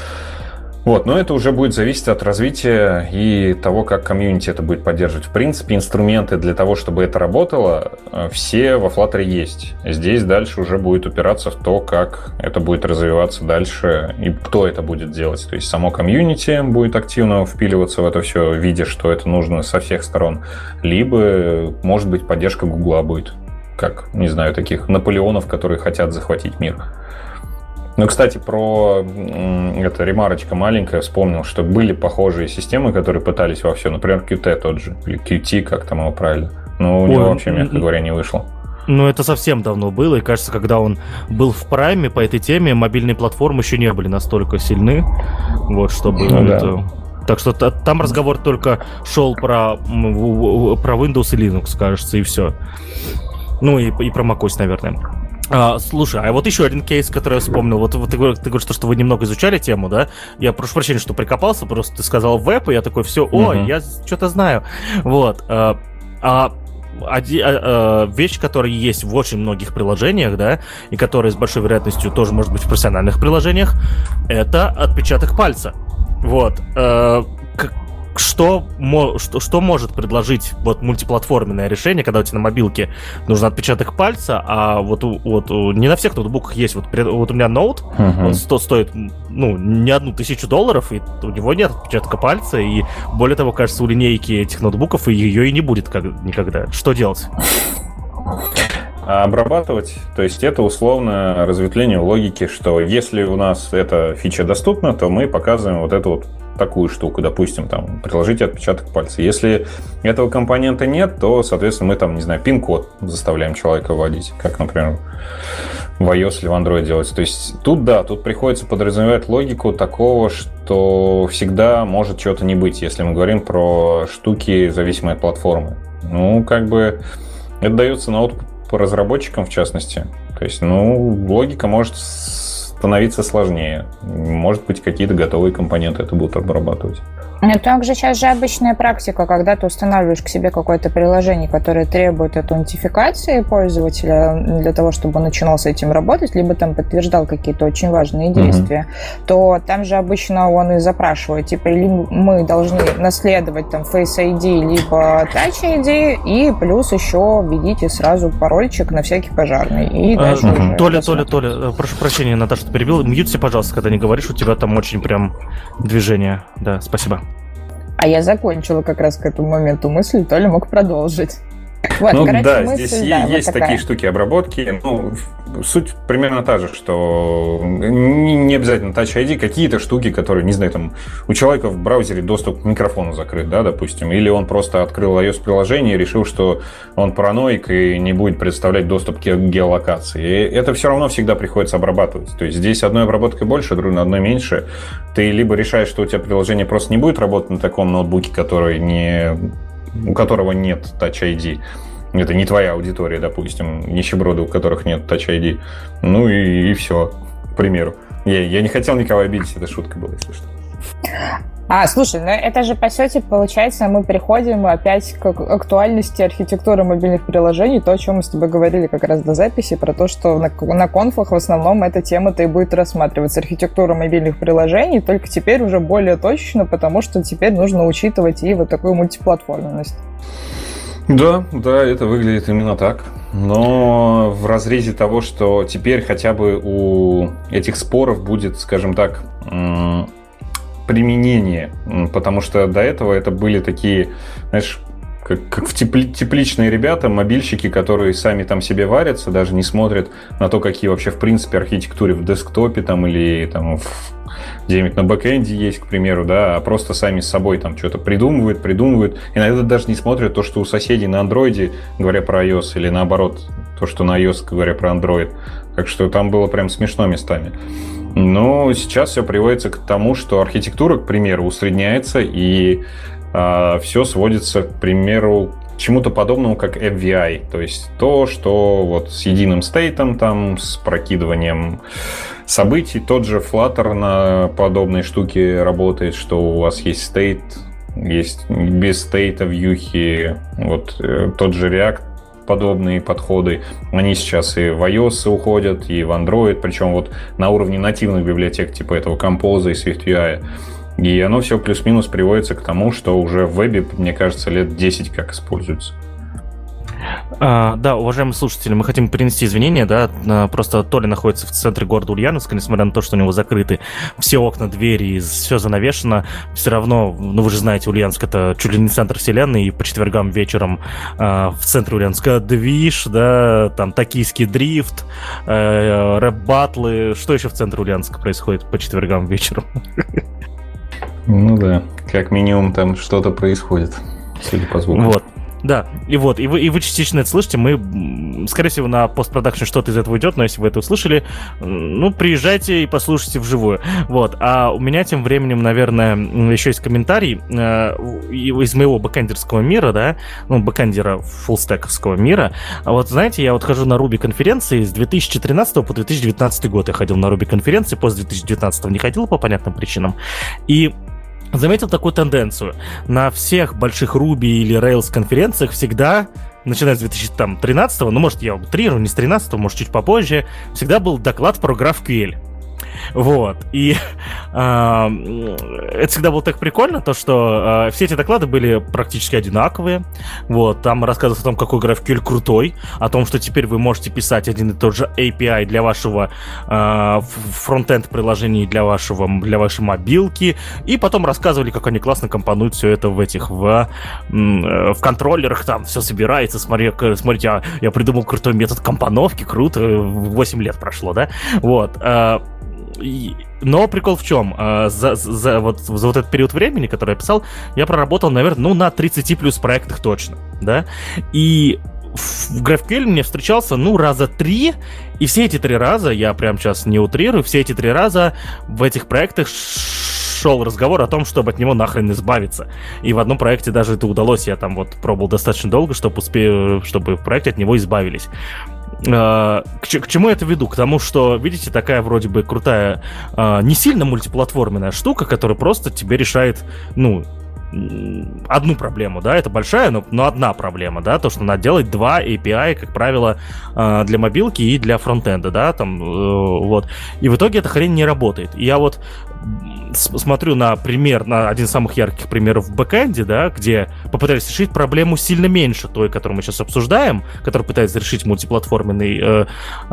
Вот, но это уже будет зависеть от развития и того, как комьюнити это будет поддерживать. В принципе, инструменты для того, чтобы это работало, все во Flutter есть. Здесь дальше уже будет упираться в то, как это будет развиваться дальше и кто это будет делать. То есть само комьюнити будет активно впиливаться в это все, видя, что это нужно со всех сторон. Либо, может быть, поддержка Гугла будет. Как, не знаю, таких Наполеонов, которые хотят захватить мир. Ну, кстати, про это ремарочка маленькая, вспомнил, что были похожие системы, которые пытались во все. Например, Qt тот же, или Qt, как там его правильно. Но у него вообще, мягко говоря, не вышло. Ну, это совсем давно было, и кажется, когда он был в прайме по этой теме, мобильные платформы еще не были настолько сильны, вот, чтобы это... Так что там разговор только шел про Windows и Linux, кажется, и все. Ну, и про macOS, наверное. Слушай, а вот еще один кейс, который я вспомнил. Вот ты говоришь, что вы немного изучали тему, да? Я прошу прощения, что прикопался, просто ты сказал веб, и я такой, все, я что-то знаю. Вот. Вещь, которая есть в очень многих приложениях, да, и которая с большой вероятностью тоже может быть в профессиональных приложениях, это отпечаток пальца. Вот. Что может предложить вот мультиплатформенное решение, когда у тебя на мобилке нужен отпечаток пальца, а вот не на всех ноутбуках есть. Вот у меня ноут, он стоит, ну, не $1000, и у него нет отпечатка пальца, и более того, кажется, у линейки этих ноутбуков ее и не будет никогда. Что делать? Обрабатывать, то есть это условно разветвление логики, что если у нас эта фича доступна, то мы показываем вот эту вот такую штуку, допустим, там, приложите отпечаток пальца. Если этого компонента нет, то, соответственно, мы там, не знаю, пин-код заставляем человека вводить, как, например, в iOS или в Android делается. То есть тут, да, тут приходится подразумевать логику такого, что всегда может чего-то не быть, если мы говорим про штуки, зависимые от платформы. Ну, как бы, это дается на откуп по разработчикам, в частности. То есть, ну, логика может становиться сложнее. Может быть, какие-то готовые компоненты это будут обрабатывать. Ну, также сейчас же обычная практика, когда ты устанавливаешь к себе какое-то приложение, которое требует аутентификации пользователя для того, чтобы он начинал с этим работать, либо там подтверждал какие-то очень важные действия, то там же обычно он и запрашивает, типа, либо мы должны наследовать там Face ID, либо Touch ID, и плюс еще введите сразу парольчик на всякий пожарный. И дальше Толя, прошу прощения, Наташа, что перебил. Мьються, пожалуйста, когда не говоришь, у тебя там очень прям движение. Да, спасибо. А я закончила как раз к этому моменту мысль, Толя мог продолжить. Вот, ну короче, да, мысль, здесь да, есть вот такие штуки обработки. Ну, суть примерно та же, что не обязательно Touch ID, какие-то штуки, которые, не знаю, там у человека в браузере доступ к микрофону закрыт, да, допустим, или он просто открыл iOS-приложение и решил, что он параноик и не будет предоставлять доступ к геолокации. И это все равно всегда приходится обрабатывать. То есть здесь одной обработкой больше, другой одной меньше. Ты либо решаешь, что у тебя приложение просто не будет работать на таком ноутбуке, у которого нет Touch ID. Это не твоя аудитория, допустим, нищеброды, у которых нет Touch ID. Ну и все, к примеру. Я не хотел никого обидеть, это шутка была, если что. Слушай, ну это же, по сути, получается, мы приходим опять к актуальности архитектуры мобильных приложений, то, о чем мы с тобой говорили как раз до записи, про то, что на конфах в основном эта тема-то и будет рассматриваться. Архитектура мобильных приложений, только теперь уже более точно, потому что теперь нужно учитывать и вот такую мультиплатформенность. Да, это выглядит именно так. Но в разрезе того, что теперь хотя бы у этих споров будет, скажем так, применение, потому что до этого это были такие, знаешь, как в тепличные ребята, мобильщики, которые сами там себе варятся, даже не смотрят на то, какие вообще в принципе архитектуры в десктопе там или там где-нибудь на бэкэнде есть, к примеру, да, а просто сами с собой там что-то придумывают, иногда даже не смотрят то, что у соседей на андроиде, говоря про iOS, или наоборот, то, что на iOS, говоря про Android. Так что там было прям смешно местами. Но сейчас все приводится к тому, что архитектура, к примеру, усредняется, и все сводится, к примеру, к чему-то подобному, как FVI. То есть то, что вот с единым стейтом, там, с прокидыванием событий. Тот же Flutter на подобной штуке работает, что у вас есть стейт, есть без стейта вьюхи. Вот тот же React, подобные подходы, они сейчас и в iOS уходят, и в Android, причем вот на уровне нативных библиотек типа этого Compose и SwiftUI. И оно все плюс-минус приводится к тому, что уже в вебе, мне кажется, лет 10 как используется. Да, уважаемые слушатели, мы хотим принести извинения, да, просто Толя находится в центре города Ульяновска, несмотря на то, что у него закрыты все окна, двери, все занавешено, все равно, ну вы же знаете, Ульяновск — это чуть ли не центр вселенной, и по четвергам вечером в центре Ульяновска движ, да, там токийский дрифт, рэп-баттлы, что еще в центре Ульяновска происходит по четвергам вечером? Ну да, как минимум там что-то происходит, судя по звуку. Вот. Да, и вы частично это слышите, мы, скорее всего, на постпродакшн что-то из этого уйдет, но если вы это услышали, ну, приезжайте и послушайте вживую. Вот, а у меня тем временем, наверное, еще есть комментарий из моего бэкэндерского мира, да, ну, бэкэндера фуллстековского мира. А вот, знаете, я вот хожу на Ruby конференции с 2013 по 2019 год, я ходил на Ruby конференции, после 2019 не ходил по понятным причинам, и заметил такую тенденцию. На всех больших Ruby или Rails конференциях всегда, начиная с 2013, ну, может, я утрирую, не с 13, может, чуть попозже, всегда был доклад про GraphQL. Вот, и это всегда было так прикольно, то, что все эти доклады были практически одинаковые. Вот, там рассказывалось о том, какой GraphQL крутой, о том, что теперь вы можете писать один и тот же API для вашего фронт-энд приложения, для вашей мобилки, и потом рассказывали, как они классно компонуют все это в контроллерах, там все собирается, смотрите, я придумал крутой метод компоновки, круто, 8 лет прошло, да, вот. Но прикол в чем? За вот этот период времени, который я писал, я проработал, наверное, на 30 плюс проектах точно, да? И в GraphQL мне встречался, раза 3, и все эти 3 раза, я прям сейчас не утрирую, все эти 3 раза в этих проектах шел разговор о том, чтобы от него нахрен избавиться. И в одном проекте даже это удалось, я там вот пробовал достаточно долго, чтобы в проекте от него избавились. К чему я это веду? К тому, что, видите, такая вроде бы крутая, не сильно мультиплатформенная штука, которая просто тебе решает, одну проблему, да, это большая, но одна проблема, да, то, что надо делать два API, как правило, для мобилки и для фронтенда, да, там, вот. И в итоге эта хрень не работает. И я вот смотрю на один из самых ярких примеров в бэкэнде, да, где попытались решить проблему сильно меньше той, которую мы сейчас обсуждаем, который пытается решить мультиплатформенный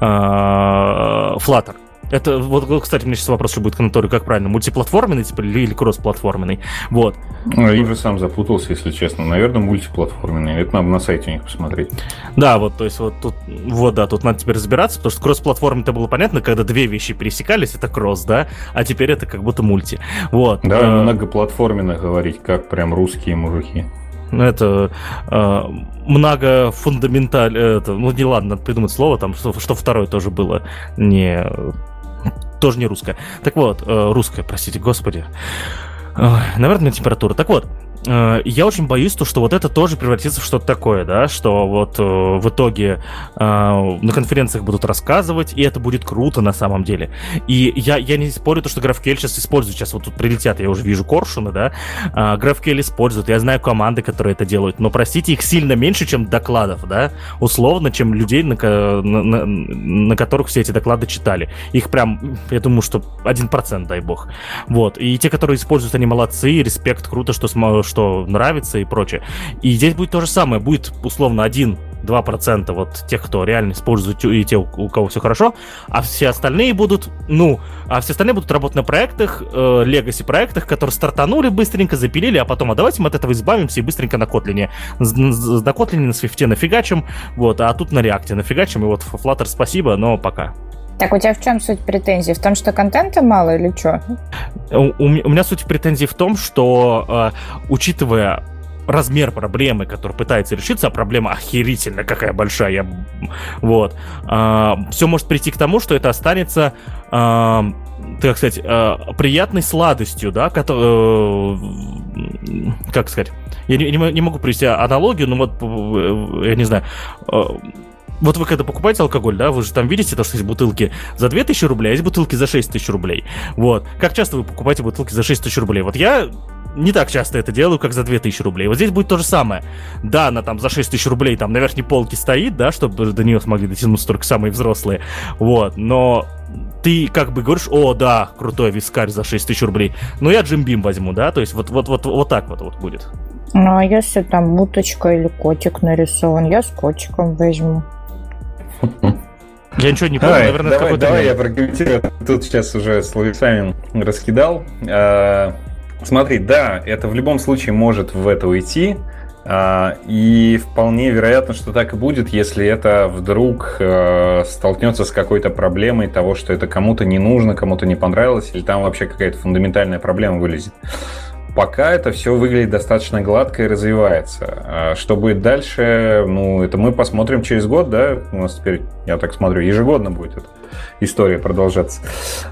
Flutter. Это, вот, кстати, у меня сейчас вопрос еще будет к Анатолию, как правильно, мультиплатформенный типа, или кроссплатформенный, вот. Я уже сам запутался, если честно, наверное, мультиплатформенный, это надо на сайте у них посмотреть. Да, вот, то есть вот тут надо теперь разбираться, потому что кроссплатформенный-то было понятно, когда две вещи пересекались, это кросс, да, а теперь это как будто мульти, вот. Да, многоплатформенно говорить, как прям русские мужики. Это многофундаментально, не ладно, надо придумать слово, там, что второе тоже было, тоже не русское. Так вот, русское, простите, господи. Наверное, температура. Так вот, я очень боюсь, что вот это тоже превратится в что-то такое, да, что вот в итоге на конференциях будут рассказывать, и это будет круто на самом деле. И я не спорю, что GraphQL сейчас используют, сейчас вот тут прилетят, я уже вижу коршуны, да, GraphQL используют, я знаю команды, которые это делают, но, простите, их сильно меньше, чем докладов, да, условно, чем людей, на которых все эти доклады читали. Их прям, я думаю, что 1%, дай бог. Вот, и те, которые используют, они молодцы, респект, круто, что нравится и прочее. И здесь будет то же самое. Будет, условно, 1-2% вот тех, кто реально использует, и те, у кого все хорошо, а все остальные будут работать на проектах, legacy проектах, которые стартанули быстренько, запилили, а потом, давайте мы от этого избавимся и быстренько на Kotlin. На Kotlin, на Swift нафигачим, вот, а тут на React нафигачим, и вот Flutter спасибо, но пока. Так, у тебя в чем суть претензий? В том, что контента мало или что? У меня суть претензий в том, что, учитывая размер проблемы, который пытается решиться, а проблема охерительно какая большая, вот, все может прийти к тому, что это останется, так сказать, приятной сладостью, да, как сказать, я не могу привести аналогию, но вот, я не знаю, вот вы когда покупаете алкоголь, да, вы же там видите, то, что есть бутылки за 2000 рублей, а есть бутылки за 6000 рублей. Вот. Как часто вы покупаете бутылки за 6000 рублей? Вот я не так часто это делаю, как за 2000 рублей. Вот здесь будет то же самое. Да, она там за 6000 рублей там на верхней полке стоит, да, чтобы до нее смогли дотянуться только самые взрослые. Вот. Но ты как бы говоришь, о, да, крутой вискарь за 6000 рублей. Но я Jim Beam возьму, да, то есть вот так вот будет. Ну, а если там уточка или котик нарисован, я с котиком возьму. Я ничего не помню, наверное, это какой-то... Давай я прокомментирую. Тут сейчас уже словесами раскидал. Смотри, да, это в любом случае может в это уйти. И вполне вероятно, что так и будет, если это вдруг столкнется с какой-то проблемой того, что это кому-то не нужно, кому-то не понравилось, или там вообще какая-то фундаментальная проблема вылезет. Пока это все выглядит достаточно гладко и развивается. Что будет дальше, это мы посмотрим через год, да? У нас теперь, я так смотрю, ежегодно будет эта история продолжаться.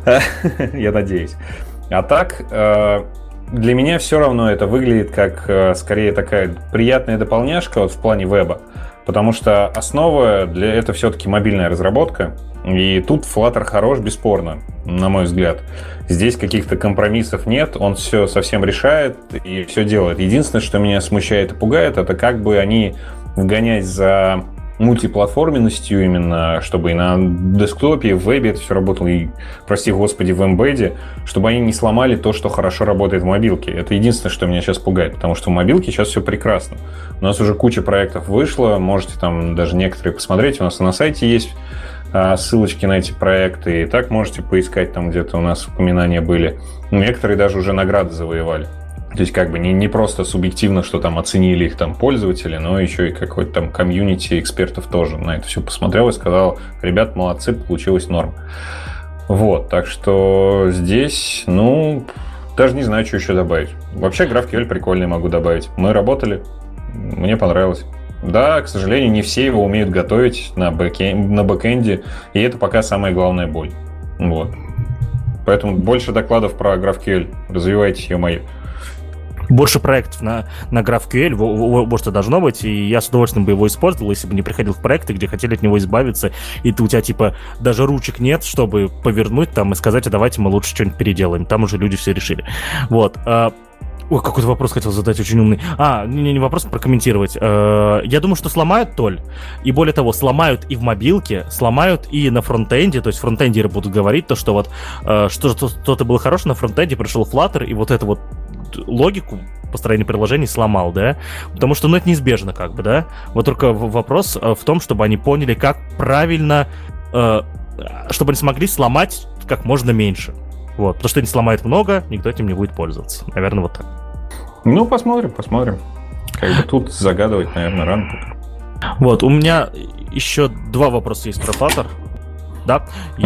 Я надеюсь. А так, для меня все равно это выглядит как скорее такая приятная дополняшка вот в плане веба. Потому что основа для этого все-таки мобильная разработка. И тут Flutter хорош, бесспорно, на мой взгляд. Здесь каких-то компромиссов нет, он все совсем решает и все делает. Единственное, что меня смущает и пугает, это как бы они, вгонясь за мультиплатформенностью именно, чтобы и на десктопе, и в вебе это все работало, и, прости господи, в эмбеде, чтобы они не сломали то, что хорошо работает в мобилке. Это единственное, что меня сейчас пугает, потому что в мобилке сейчас все прекрасно. У нас уже куча проектов вышло, можете там даже некоторые посмотреть, у нас на сайте есть ссылочки на эти проекты, и так можете поискать, там где-то у нас упоминания были. Некоторые даже уже награды завоевали. То есть как бы не просто субъективно, что там оценили их там пользователи, но еще и какой-то там комьюнити экспертов тоже на это все посмотрел и сказал, ребят, молодцы, получилось норм. Вот, так что здесь, даже не знаю, что еще добавить. Вообще GraphQL прикольный могу добавить. Мы работали, мне понравилось. Да, к сожалению, не все его умеют готовить на бэкэнде, и это пока самая главная боль. Вот. Поэтому больше докладов про GraphQL. Развивайтесь, ё-моё. больше проектов на GraphQL, вот что должно быть, и я с удовольствием бы его использовал, если бы не приходил в проекты, где хотели от него избавиться, и у тебя, типа, даже ручек нет, чтобы повернуть там и сказать, а давайте мы лучше что-нибудь переделаем. Там уже люди все решили. Вот. Ой, какой-то вопрос хотел задать, очень умный. Не вопрос, прокомментировать. Я думаю, что сломают, Толь, и более того, сломают и в мобилке, сломают и на фронтенде, то есть фронтендеры будут говорить то, что вот что-то было хорошее на фронтенде, пришел Flutter, и вот эту вот логику построения приложений сломал, да? Потому что, это неизбежно, как бы, да? Вот только вопрос в том, чтобы они поняли, как правильно, чтобы они смогли сломать как можно меньше. Вот, потому что они сломают много, никто этим не будет пользоваться. Наверное, вот так. Ну, посмотрим. Как бы тут загадывать, наверное, рано. Вот, у меня еще 2 вопроса есть про Flutter. Да?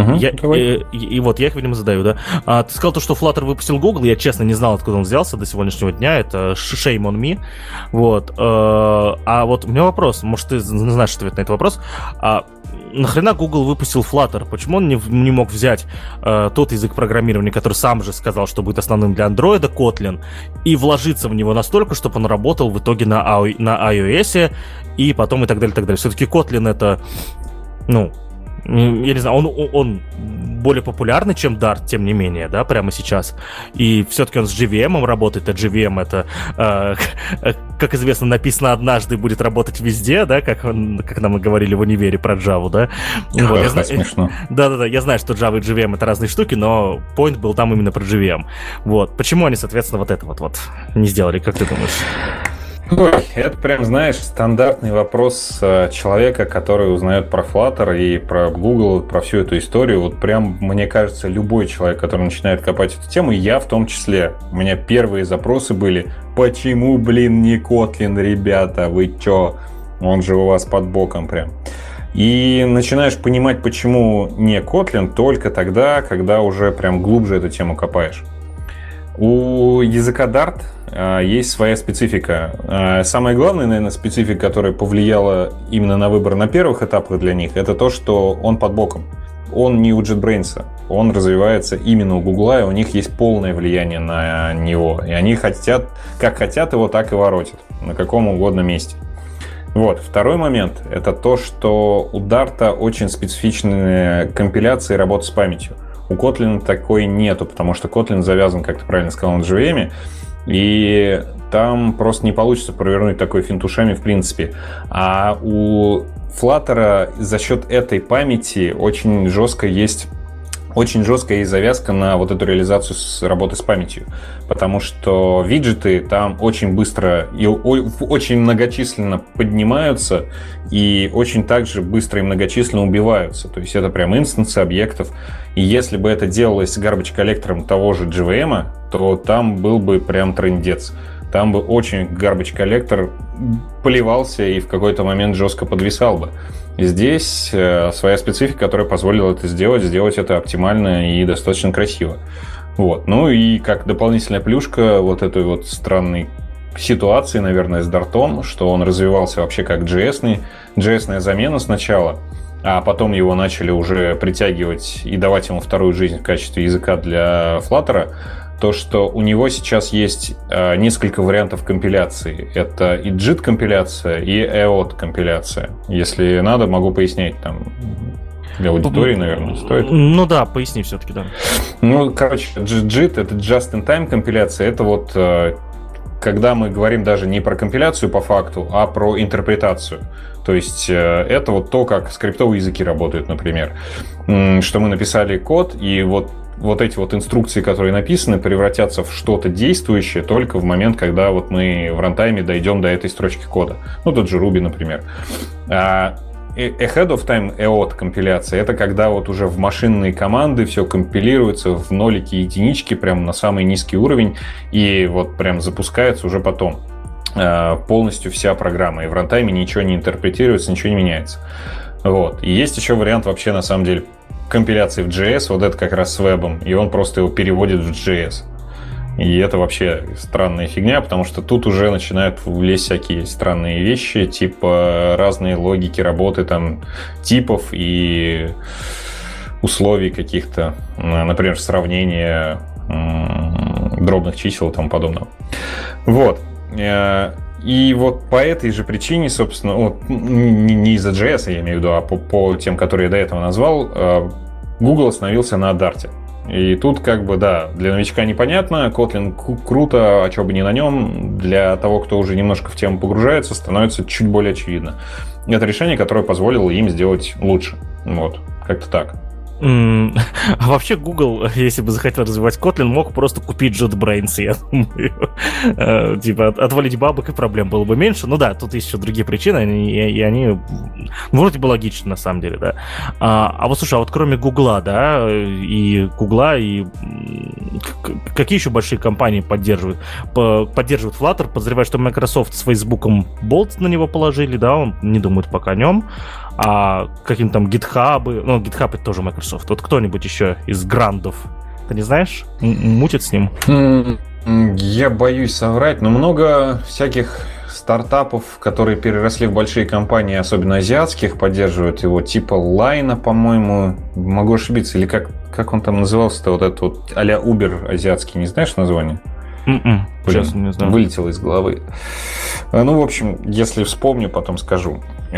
И вот я их, видимо, задаю, да? Ты сказал то, что Flutter выпустил Google. Я, честно, не знал, откуда он взялся до сегодняшнего дня. Это shame on me. Вот. А вот у меня вопрос. Может, ты знаешь ответ на этот вопрос. Нахрена Google выпустил Flutter? Почему он не мог взять тот язык программирования, который сам же сказал, что будет основным для Android, Kotlin, и вложиться в него настолько, чтобы он работал в итоге на iOS и потом и так далее, и так далее. Все-таки Kotlin это, я не знаю, он более популярный, чем Dart, тем не менее, да, прямо сейчас. И все-таки он с JVM работает, а JVM это, как известно, написано однажды и будет работать везде, да, как нам и говорили в универе про Java, да. Вот, это смешно. Да, я знаю, что Java и JVM это разные штуки, но point был там именно про JVM. Вот. Почему они, соответственно, вот это вот не сделали, как ты думаешь? Ой, это прям, знаешь, стандартный вопрос человека, который узнает про Flutter и про Google, про всю эту историю. Вот прям, мне кажется, любой человек, который начинает копать эту тему, я в том числе. У меня первые запросы были: почему, не Kotlin, ребята, вы чё? Он же у вас под боком прям. И начинаешь понимать, почему не Kotlin, только тогда, когда уже прям глубже эту тему копаешь. У языка Dart есть своя специфика. Самая главная, наверное, специфика, которая повлияла именно на выбор на первых этапах для них, это то, что он под боком. Он не у JetBrains, он развивается именно у Гугла, и у них есть полное влияние на него. И они хотят, как хотят его, так и воротят, на каком угодно месте. Вот. Второй момент, это то, что у Dart очень специфичная компиляция и работа с памятью. У Kotlin такой нету, потому что Kotlin завязан, как ты правильно сказал, на JVM, и там просто не получится провернуть такой финт ушами в принципе. А у Flutter за счет этой памяти очень жесткая есть завязка на вот эту реализацию с работы с памятью. Потому что виджеты там очень быстро и очень многочисленно поднимаются и очень также быстро и многочисленно убиваются. То есть это прям инстансы объектов. И если бы это делалось с garbage-коллектором того же JVM, то там был бы прям трындец. Там бы очень garbage-коллектор поливался и в какой-то момент жестко подвисал бы. И здесь своя специфика, которая позволила это сделать это оптимально и достаточно красиво. Вот. Ну и как дополнительная плюшка вот этой вот странной ситуации, наверное, с Dart, что он развивался вообще как JS-ная замена сначала, а потом его начали уже притягивать и давать ему вторую жизнь в качестве языка для Flutter, то, что у него сейчас есть несколько вариантов компиляции. Это и JIT-компиляция, и EOT-компиляция. Если надо, могу пояснять там для аудитории, наверное, стоит. Ну да, поясни все-таки, да. Ну, короче, JIT — это Just-in-Time компиляция. Это вот когда мы говорим даже не про компиляцию по факту, а про интерпретацию. То есть это вот то, как скриптовые языки работают, например. Что мы написали код, и вот эти вот инструкции, которые написаны, превратятся в что-то действующее только в момент, когда вот мы в рантайме дойдем до этой строчки кода. Ну, тот же Ruby, например. Ahead of time EOT компиляция — это когда вот уже в машинные команды все компилируется в нолики и единички прям на самый низкий уровень и вот прям запускается уже потом полностью вся программа. И в рантайме ничего не интерпретируется, ничего не меняется. Вот. И есть еще вариант вообще, на самом деле, компиляции в JS, вот это как раз с вебом, и он просто его переводит в JS. И это вообще странная фигня, потому что тут уже начинают влезть всякие странные вещи, типа разные логики работы там типов и условий каких-то, например, сравнение дробных чисел и тому подобного. Вот. И вот по этой же причине, собственно, вот, не из-за JS, я имею в виду, а по тем, которые я до этого назвал, Google остановился на Dart. И тут как бы, да, для новичка непонятно, Kotlin круто, а что бы не на нем, для того, кто уже немножко в тему погружается, становится чуть более очевидно. Это решение, которое позволило им сделать лучше. Вот, как-то так. А вообще Google, если бы захотел развивать Kotlin, мог просто купить JetBrains, я думаю. Типа отвалить бабок, и проблем было бы меньше. Ну да, тут есть еще другие причины, и они вроде бы логичны на самом деле, да. А вот слушай, а вот кроме Гугла, да, и Гугла, и какие еще большие компании поддерживают Flutter? Подозреваю, что Microsoft с Facebook'ом болт на него положили, да, он не думает пока о нем. А каким-то там GitHub, ну, GitHub это тоже Microsoft. Вот кто-нибудь еще из грандов, ты не знаешь, мутит с ним? Я боюсь соврать, но много всяких стартапов, которые переросли в большие компании, особенно азиатских, поддерживают его, типа Line, по-моему, могу ошибиться, или как он там назывался-то, вот этот вот а-ля Uber азиатский, не знаешь название? Сейчас не знаю. Вылетело из головы. Ну, в общем, если вспомню, потом скажу.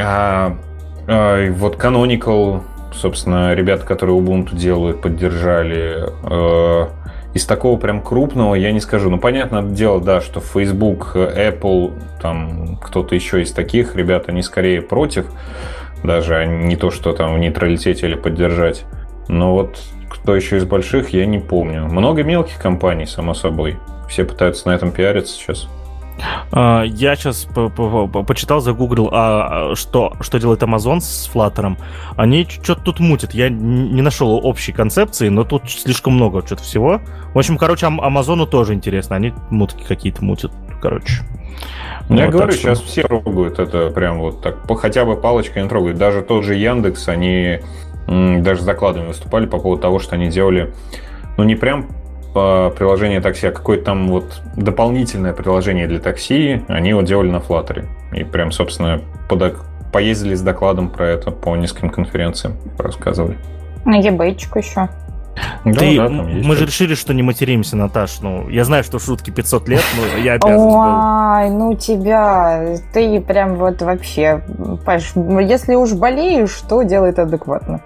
Вот Canonical, собственно, ребята, которые Ubuntu делают, поддержали. Из такого прям крупного я не скажу. Ну, понятное дело, да, что Facebook, Apple, там кто-то еще из таких ребят, они скорее против, даже не то, что там в нейтралитете или поддержать. Но вот кто еще из больших, я не помню. Много мелких компаний, само собой. Все пытаются на этом пиариться сейчас. Я сейчас почитал, загуглил, что делает Amazon с Flutter. Они что-то тут мутят. Я не нашел общей концепции, но тут слишком много что-то всего. В общем, короче, Амазону тоже интересно. Они мутки какие-то мутят, короче. Я говорю, сейчас все трогают это прям вот так. Хотя бы палочкой не трогают. Даже тот же Яндекс, они даже с докладами выступали по поводу того, что они делали, ну, не прям приложение такси, а какое-то там вот дополнительное приложение для такси, они вот делали на Flutter. И прям, собственно, поездили с докладом про это по нескольким конференциям, рассказывали. На eBay-чику еще. Да, мы же решили, что не материмся, Наташ. Ну, я знаю, что шутки 500 лет, но я обязан был. Ой, ну тебя, ты прям вот вообще, Паш, если уж болеешь, то делай это адекватно.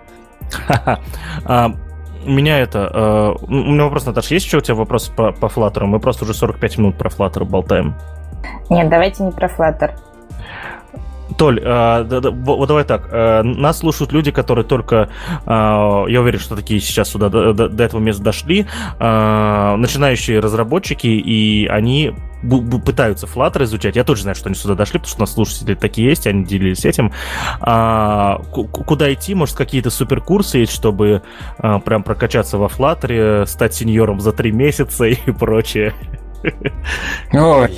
У меня у меня вопрос, Наташа, есть еще у тебя вопрос по Flutter? Мы просто уже 45 минут про Flutter болтаем. Нет, давайте не про Flutter. Толь, вот давай так. Нас слушают люди, которые только, я уверен, что такие сейчас сюда до этого места дошли, начинающие разработчики, и они пытаются Flutter изучать. Я тоже знаю, что они сюда дошли, потому что у нас слушатели такие есть, они делились этим. Куда идти? Может, какие-то суперкурсы есть, чтобы прям прокачаться во Flutter, стать сеньором за 3 месяца и прочее? Ой...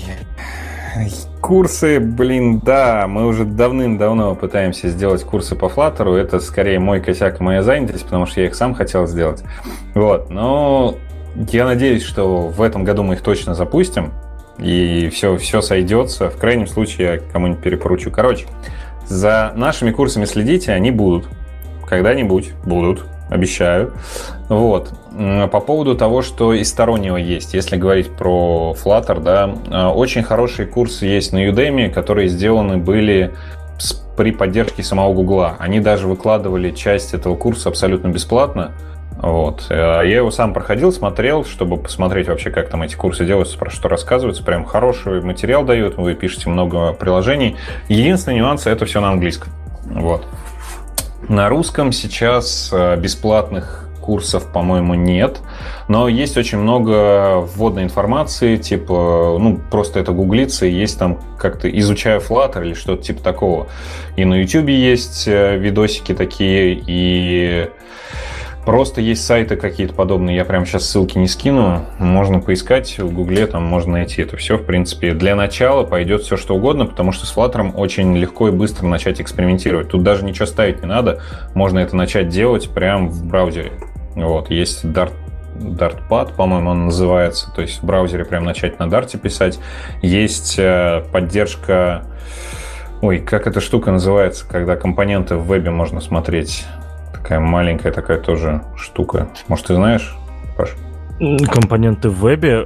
Курсы, да, мы уже давным-давно пытаемся сделать курсы по Flutter. Это скорее мой косяк и моя занятость, потому что я их сам хотел сделать. Вот, но я надеюсь, что в этом году мы их точно запустим, и все сойдется. В крайнем случае я кому-нибудь перепоручу. Короче, за нашими курсами следите, они будут. Когда-нибудь будут, обещаю. Вот. По поводу того, что из стороннего есть, если говорить про Flutter, да, очень хорошие курсы есть на Udemy, которые сделаны были при поддержке самого Гугла. Они даже выкладывали часть этого курса абсолютно бесплатно. Вот. Я его сам проходил, смотрел, чтобы посмотреть вообще, как там эти курсы делаются, про что рассказываются. Прям хороший материал дают, вы пишете много приложений. Единственный нюанс — это все на английском. Вот. На русском сейчас бесплатных курсов, по-моему, нет, но есть очень много вводной информации, типа, ну, просто это гуглится, и есть там как-то «изучая Flutter» или что-то типа такого. И на YouTube есть видосики такие, и просто есть сайты какие-то подобные, я прямо сейчас ссылки не скину, можно поискать в Гугле, там можно найти это все. В принципе, для начала пойдет все что угодно, потому что с Flutter очень легко и быстро начать экспериментировать. Тут даже ничего ставить не надо, можно это начать делать прямо в браузере. Вот, есть Dartpad, по-моему, он называется, то есть в браузере прям начать на Dart писать. Есть поддержка, как эта штука называется, когда компоненты в вебе можно смотреть. Такая маленькая такая тоже штука. Может, ты знаешь, Паш? Компоненты в вебе?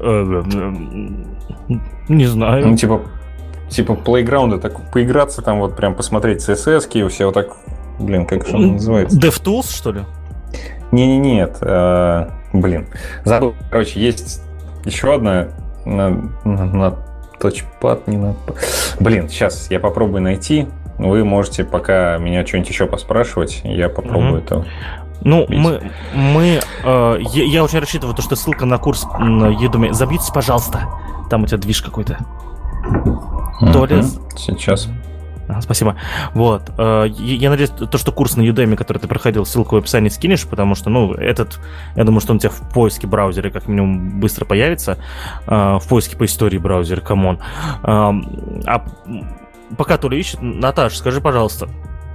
Не знаю. Ну, типа плейграунда, так поиграться там, вот прям посмотреть CSS-ки, все вот так, блин, как же он называется? DevTools, что ли? Нет, блин, забыл. Короче, есть еще одна на тачпад, не на... Блин, сейчас я попробую найти. Вы можете пока меня что-нибудь еще поспрашивать, я попробую это. Ну, я очень рассчитываю, что ссылка на курс на Udemy. Забьитесь, пожалуйста. Там у тебя движ какой-то. То ли... Сейчас. Спасибо. Вот. Я надеюсь, то, что курс на Udemy, который ты проходил, ссылку в описании скинешь, потому что, я думаю, что он у тебя в поиске браузера как минимум быстро появится. В поиске по истории браузера, камон. А пока Толя ищет, Наташ, скажи, пожалуйста,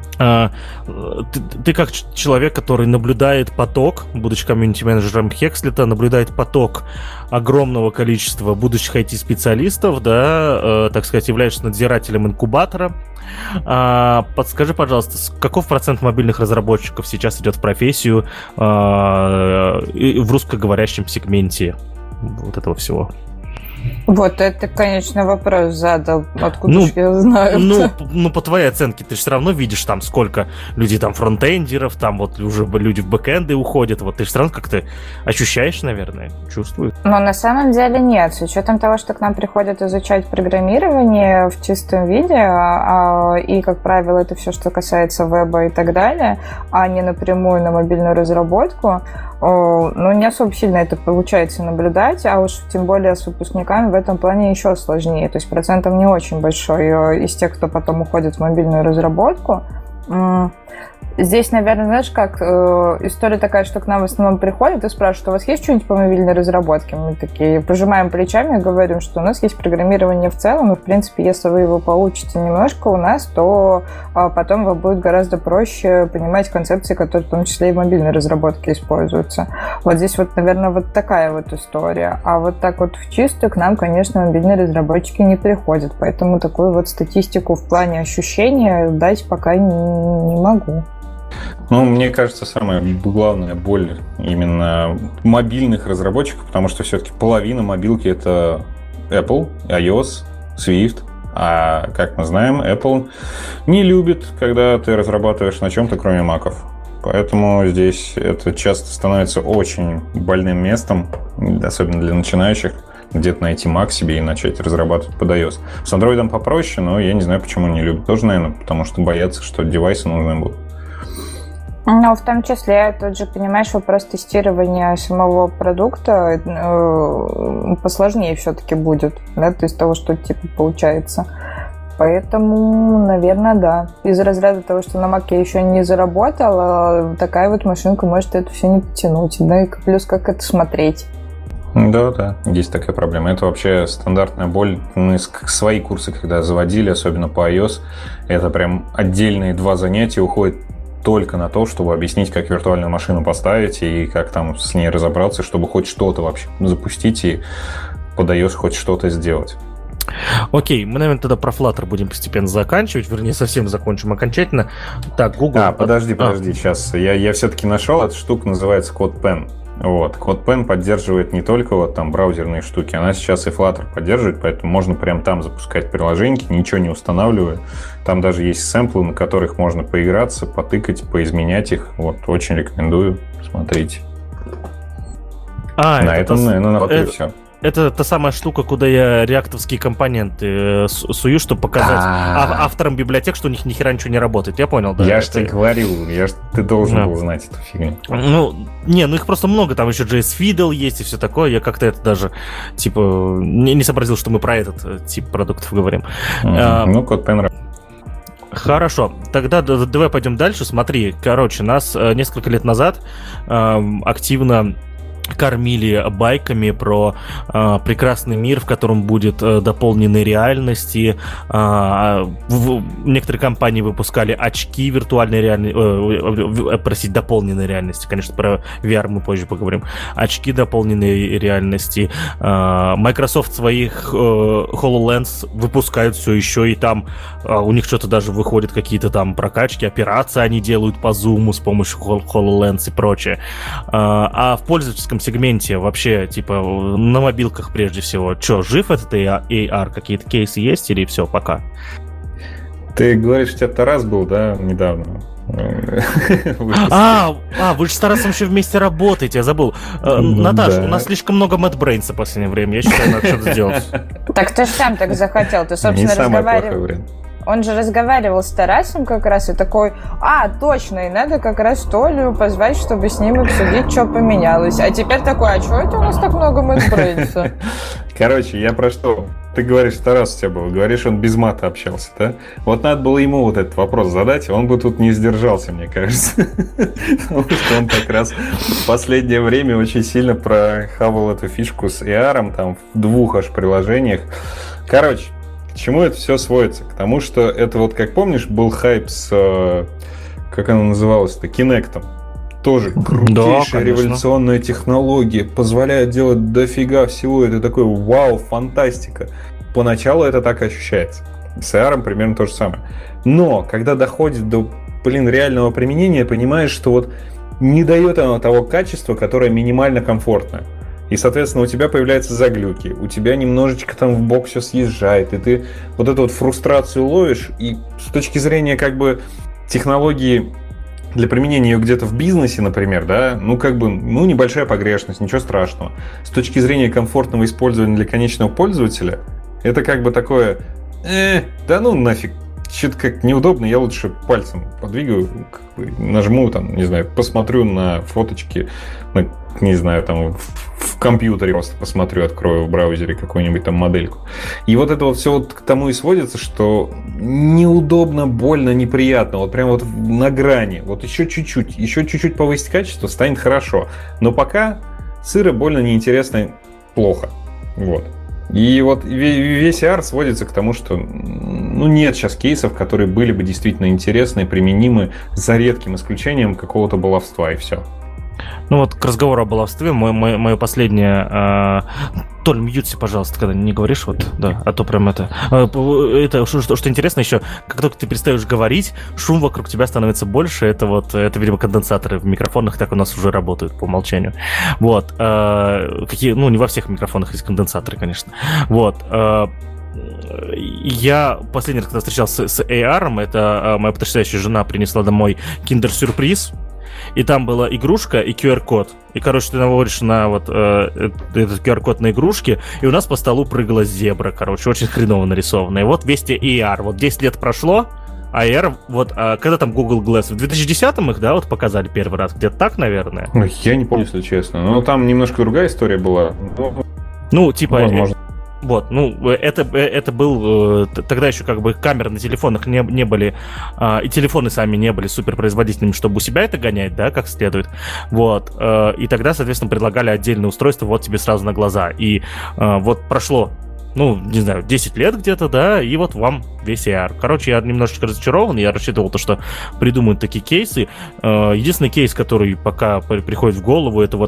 ты как человек, который наблюдает поток, будучи комьюнити-менеджером Хекслета, наблюдает поток огромного количества будущих IT-специалистов, да, так сказать, являешься надзирателем инкубатора. Подскажи, пожалуйста, каков процент мобильных разработчиков сейчас идет в профессию в русскоговорящем сегменте вот этого всего? Вот это, конечно, вопрос задал. Откуда ж я знаю? Ну, по твоей оценке, ты же все равно видишь там, сколько людей там фронтендеров, там вот уже люди в бэкэнды уходят. Вот ты же все равно как-то ощущаешь, наверное, чувствуешь. Но на самом деле нет. С учетом того, что к нам приходят изучать программирование в чистом виде, и, как правило, это все, что касается веба и так далее, а не напрямую на мобильную разработку, не особо сильно это получается наблюдать, а уж тем более с выпускниками в этом плане еще сложнее. То есть процентом не очень большой из тех, кто потом уходит в мобильную разработку. Здесь, наверное, знаешь, как история такая, что к нам в основном приходят и спрашивают, у вас есть что-нибудь по мобильной разработке? Мы такие пожимаем плечами и говорим, что у нас есть программирование в целом, и, в принципе, если вы его получите немножко у нас, то потом вам будет гораздо проще понимать концепции, которые в том числе и в мобильной разработке используются. Вот здесь вот, наверное, вот такая вот история. А вот так вот в чистую к нам, конечно, мобильные разработчики не приходят, поэтому такую вот статистику в плане ощущения дать пока не могу. Мне кажется, самая главная боль именно мобильных разработчиков, потому что все-таки половина мобилки — это Apple, iOS, Swift. А, как мы знаем, Apple не любит, когда ты разрабатываешь на чем-то, кроме маков. Поэтому здесь это часто становится очень больным местом, особенно для начинающих, где-то найти Mac себе и начать разрабатывать под iOS. С Android попроще, но я не знаю, почему не любят. Тоже, наверное, потому что боятся, что девайсы нужны будут. Но в том числе, тут же, понимаешь, вопрос тестирования самого продукта посложнее все-таки будет, да, то есть того, что типа получается. Поэтому, наверное, да. Из разряда того, что на Mac я еще не заработала, такая вот машинка может это все не потянуть. Да, и плюс как это смотреть. Да, есть такая проблема. Это вообще стандартная боль. Мы свои курсы, когда заводили, особенно по iOS, это прям отдельные 2 занятия уходят только на то, чтобы объяснить, как виртуальную машину поставить и как там с ней разобраться, чтобы хоть что-то вообще запустить и под iOS хоть что-то сделать. Окей, мы, наверное, тогда про Flutter будем постепенно заканчивать, вернее, совсем закончим окончательно. Так, Google... Подожди, сейчас. Я все-таки нашел, эта штука называется CodePen. Вот. CodePen поддерживает не только вот там браузерные штуки, она сейчас и Flutter поддерживает, поэтому можно прям там запускать приложеньки, ничего не устанавливая. Там даже есть сэмплы, на которых можно поиграться, потыкать, поизменять их. Вот, очень рекомендую, смотрите. На этом, наверное, все. Это та самая штука, куда я реактовские компоненты сую, чтобы показать авторам библиотек, что у них ни хера ничего не работает. Я понял, да? Я же тебе говорил, ты должен был знать эту фигню. Их просто много, там еще JS Fiddle есть и все такое. Я как-то это даже, не сообразил, что мы про этот тип продуктов говорим. CodePen. Хорошо, тогда давай пойдем дальше. Смотри, нас несколько лет назад активно кормили байками про прекрасный мир, в котором будет дополненной реальности. Некоторые компании выпускали очки виртуальной реальности, дополненной реальности. Конечно, про VR мы позже поговорим. Очки дополненной реальности. Microsoft своих HoloLens выпускают все еще, и там у них что-то даже выходят какие-то там прокачки, операции они делают по Zoom с помощью HoloLens и прочее. А в пользовательском этом сегменте вообще, типа, на мобилках прежде всего, что, жив этот AR? Какие-то кейсы есть или все, пока? Ты говоришь, у тебя Тарас был, да, недавно? Вы же с Тарасом еще вместе работаете, я забыл. Наташ, у нас слишком много MadBrains в последнее время, я считаю, надо что-то сделать. Так ты же сам так захотел, ты, собственно, разговаривал. Он же разговаривал с Тарасом как раз и такой, точно, и надо как раз Толю позвать, чтобы с ним обсудить, что поменялось. А теперь такой, а что это у нас так много MadBrains? Короче, я про что? Ты говоришь, Тарас у тебя был, говоришь, он без мата общался, да? Вот надо было ему вот этот вопрос задать, он бы тут не сдержался, мне кажется. Потому что он как раз в последнее время очень сильно прохавал эту фишку с AR, там в 2 аж приложениях. Короче, к чему это все сводится? К тому, что это вот, как помнишь, был хайп с, как оно называлось-то, Kinect'ом. Тоже крутейшая революционная технология, позволяет делать дофига всего. Это такой вау, фантастика. Поначалу это так и ощущается. С AR примерно то же самое. Но когда доходит до, реального применения, понимаешь, что вот не дает оно того качества, которое минимально комфортное. И, соответственно, у тебя появляются заглюки, у тебя немножечко там в бок все съезжает, и ты вот эту вот фрустрацию ловишь, и с точки зрения как бы технологии для применения ее где-то в бизнесе, например, да, небольшая погрешность, ничего страшного. С точки зрения комфортного использования для конечного пользователя, это как бы такое, да ну нафиг, что-то как неудобно, я лучше пальцем подвигаю, нажму, там, не знаю, посмотрю на фоточки, не знаю, там, в компьютере просто посмотрю, открою в браузере какую-нибудь там модельку. И вот это вот все вот к тому и сводится, что неудобно, больно, неприятно, вот прям вот на грани. Вот еще чуть-чуть повысить качество, станет хорошо. Но пока сыро, больно, неинтересно, плохо. Вот. И вот весь AR сводится к тому, что нет сейчас кейсов, которые были бы действительно интересны, применимы, за редким исключением какого-то баловства, и все. Ну вот к разговору о баловстве, мое последнее... Толь, мьються, пожалуйста, когда не говоришь, вот, да, а то прям это... Это что интересно еще, как только ты перестаешь говорить, шум вокруг тебя становится больше, это, видимо, конденсаторы в микрофонах так у нас уже работают по умолчанию. Вот. Не во всех микрофонах есть конденсаторы, конечно. Вот. Я последний раз, когда встречался с AR, это моя потрясающая жена принесла домой киндер-сюрприз, и там была игрушка и QR-код. И, короче, ты наводишь на этот QR-код на игрушке, и у нас по столу прыгала зебра, короче, очень хреново нарисованная. И вот весь тебе AR. Вот 10 лет прошло, а AR, когда там Google Glass? В 2010-м их, да, вот показали первый раз? Где-то так, наверное? Я не помню, если честно. Но там немножко другая история была. Возможно. Вот, это был... Тогда еще как бы камеры на телефонах не были, и телефоны сами не были суперпроизводительными, чтобы у себя это гонять, да, как следует. Вот. И тогда, соответственно, предлагали отдельное устройство вот тебе сразу на глаза. И вот прошло, 10 лет где-то, да, и вот вам весь AR. Короче, я немножечко разочарован, я рассчитывал что придумают такие кейсы. Единственный кейс, который пока приходит в голову, это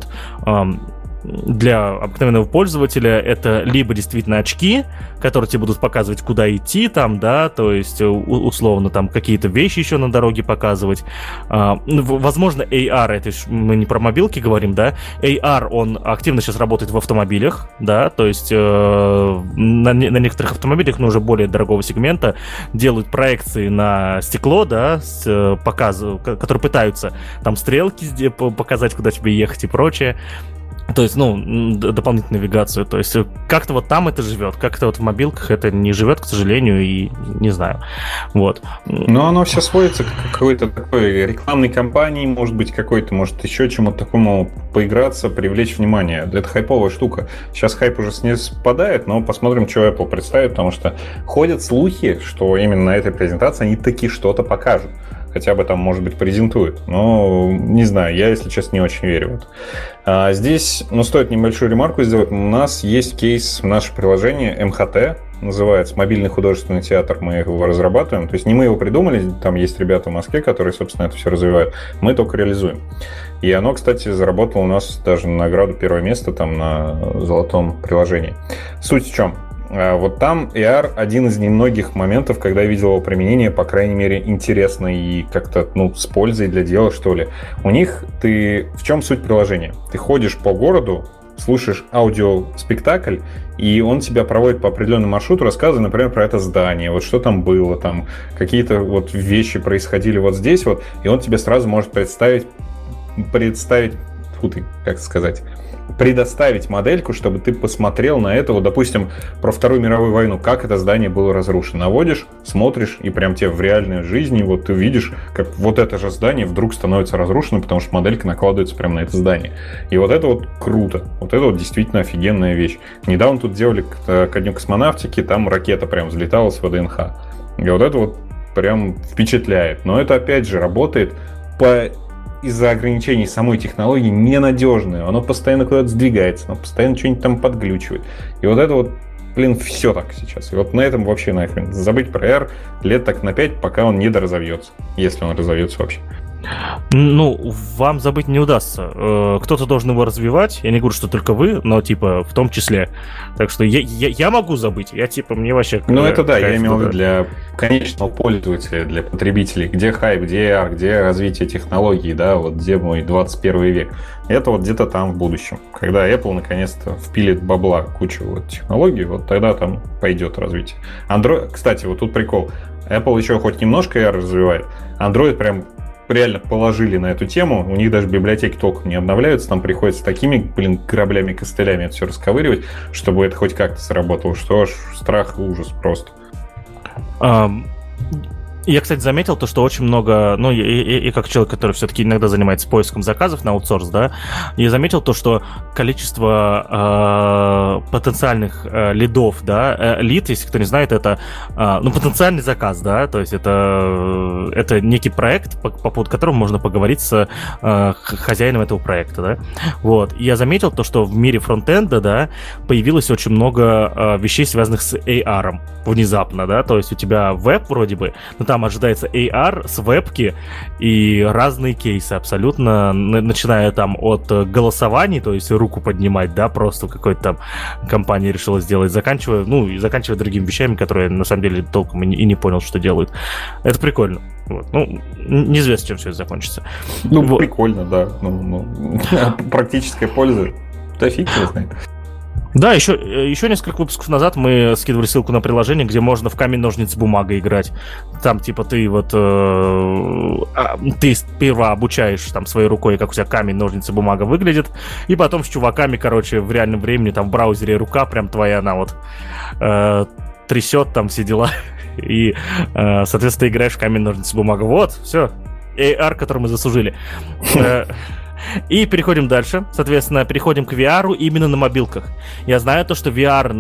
для обыкновенного пользователя это либо действительно очки, которые тебе будут показывать, куда идти там, да, то есть условно там какие-то вещи еще на дороге показывать. Возможно, AR, это мы не про мобилки говорим, да, AR, он активно сейчас работает в автомобилях, да, то есть на некоторых автомобилях, но уже более дорогого сегмента, делают проекции на стекло, да, которые пытаются там стрелки показать, куда тебе ехать и прочее. То есть, дополнительную навигацию. То есть, как-то вот там это живет, как-то вот в мобилках это не живет, к сожалению, и не знаю. Вот. Но оно все сводится к какой-то такой рекламной кампании, может быть, может еще чему-то такому поиграться, привлечь внимание. Это хайповая штука. Сейчас хайп уже не спадает, но посмотрим, что Apple представит, потому что ходят слухи, что именно на этой презентации они таки что-то покажут. Хотя бы там, может быть, презентуют. Но, не знаю, я, если честно, не очень верю. Здесь, стоит небольшую ремарку сделать. У нас есть кейс в наше приложение МХТ, называется «Мобильный художественный театр». Мы его разрабатываем. То есть не мы его придумали, там есть ребята в Москве, которые, собственно, это все развивают. Мы только реализуем. И оно, кстати, заработало у нас даже награду первое место там на золотом приложении. Суть в чем? Вот там AR один из немногих моментов, когда я видел его применение, по крайней мере, интересно и как-то, с пользой для дела, что ли. У них в чем суть приложения? Ты ходишь по городу, слушаешь аудиоспектакль, и он тебя проводит по определенному маршруту, рассказывая, например, про это здание, вот что там было, там какие-то вот вещи происходили вот здесь вот, и он тебе сразу может предоставить модельку, чтобы ты посмотрел на это, вот, допустим, про Вторую мировую войну, как это здание было разрушено. Наводишь, смотришь, и прям тебе в реальной жизни вот ты видишь, как вот это же здание вдруг становится разрушено, потому что моделька накладывается прямо на это здание. И вот это вот круто. Вот это вот действительно офигенная вещь. Недавно тут делали ко Дню космонавтики, там ракета прям взлетала с ВДНХ. И вот это вот прям впечатляет. Но это, опять же, работает из-за ограничений самой технологии ненадежное. Оно постоянно куда-то сдвигается, оно постоянно что-нибудь там подглючивает. И вот это вот, все так сейчас. И вот на этом вообще нахрен. Забыть про AR лет так на 5, пока он не доразовьется. Если он разовьется вообще. Вам забыть не удастся. Кто-то должен его развивать. Я не говорю, что только вы, но, в том числе. Так что я могу забыть. Мне вообще... это да, я имел в виду для конечного пользователя, для потребителей. Где хайп, где AR, где развитие технологий, да, вот где мой 21 век. Это вот где-то там в будущем. Когда Apple наконец-то впилит бабла кучу вот технологий, вот тогда там пойдет развитие. Android, кстати, вот тут прикол. Apple еще хоть немножко AR развивает. Android прям реально положили на эту тему. У них даже библиотеки толком не обновляются. Там приходится такими, граблями, костылями это все расковыривать, чтобы это хоть как-то сработало. Что аж страх и ужас просто. Я, кстати, заметил то, что очень много, и как человек, который все-таки иногда занимается поиском заказов на аутсорс, да, я заметил то, что количество потенциальных лидов, да, лид, если кто не знает, это потенциальный заказ, да, то есть это некий проект, по поводу которого можно поговорить с хозяином этого проекта, да, вот. И я заметил то, что в мире фронтенда, да, появилось очень много вещей, связанных с AR внезапно, да, то есть у тебя веб вроде бы, но там ожидается AR с вебки и разные кейсы абсолютно, начиная там от голосований, то есть руку поднимать, да, просто какой-то там компания решила сделать, заканчивая другими вещами, которые я на самом деле толком и не понял, что делают. Это прикольно. Вот. Неизвестно, чем все это закончится. Вот. Прикольно, да. Практическая польза. Да фиг его знает. Да, еще несколько выпусков назад мы скидывали ссылку на приложение, где можно в камень-ножницы-бумага играть. Там, ты сперва обучаешь там своей рукой, как у тебя камень-ножницы-бумага выглядит, и потом с чуваками, в реальном времени, там в браузере рука прям твоя, она вот трясет там все дела, и, соответственно, ты играешь в камень-ножницы-бумага. Вот, все, AR, который мы заслужили. И переходим дальше. Соответственно, переходим к VR именно на мобилках. Я знаю то, что VR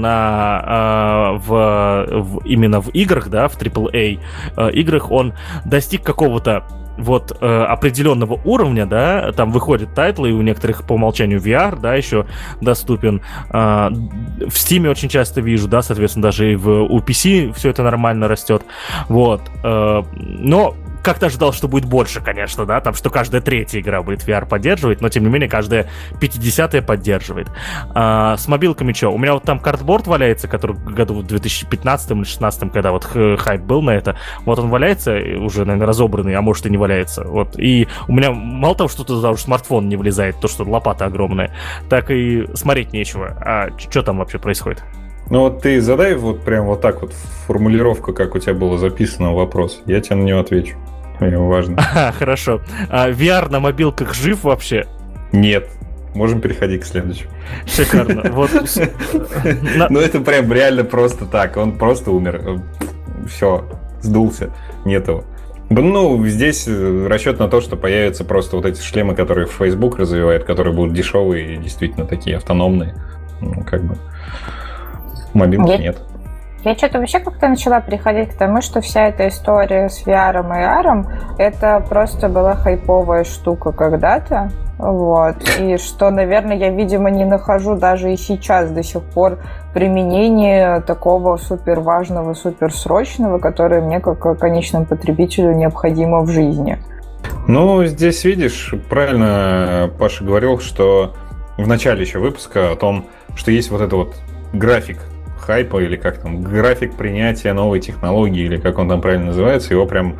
именно в играх, да, в AAA играх, он достиг какого-то определенного уровня, да, там выходят тайтлы, и у некоторых по умолчанию VR, да, еще доступен. В Steam очень часто вижу, да, соответственно, даже и у PC все это нормально растет. Вот. Но как-то ожидал, что будет больше, конечно, да, там, что каждая третья игра будет VR поддерживать, но, тем не менее, каждая 50-я поддерживает. С мобилками что? У меня вот там картборд валяется, который в году в 2015 или 2016, когда вот хайп был на это, вот он валяется, уже, наверное, разобранный, а может и не валяется, вот. И у меня мало того, что туда уже смартфон не влезает, то, что лопата огромная, так и смотреть нечего. А что там вообще происходит? Вот ты задай вот прям вот так вот формулировку, как у тебя было записано вопрос. Я тебе на него отвечу. Мне важно. Хорошо. VR на мобилках жив вообще? Нет. Можем переходить к следующему. Шикарно. Ну это прям реально просто так. Он просто умер. Все, сдулся. Нет его. Здесь расчет на то, что появятся просто вот эти шлемы, которые Facebook развивает, которые будут дешевые и действительно такие автономные. Мобилки нет. Я что-то вообще как-то начала приходить к тому, что вся эта история с VR и AR это просто была хайповая штука когда-то. Вот. И что, наверное, я, видимо, не нахожу даже и сейчас до сих пор применения такого супер важного, супер срочного, которое мне как конечному потребителю необходимо в жизни. Здесь, видишь, правильно Паша говорил, что в начале еще выпуска о том, что есть вот это вот график хайпа, или как там, график принятия новой технологии, или как он там правильно называется, его прям...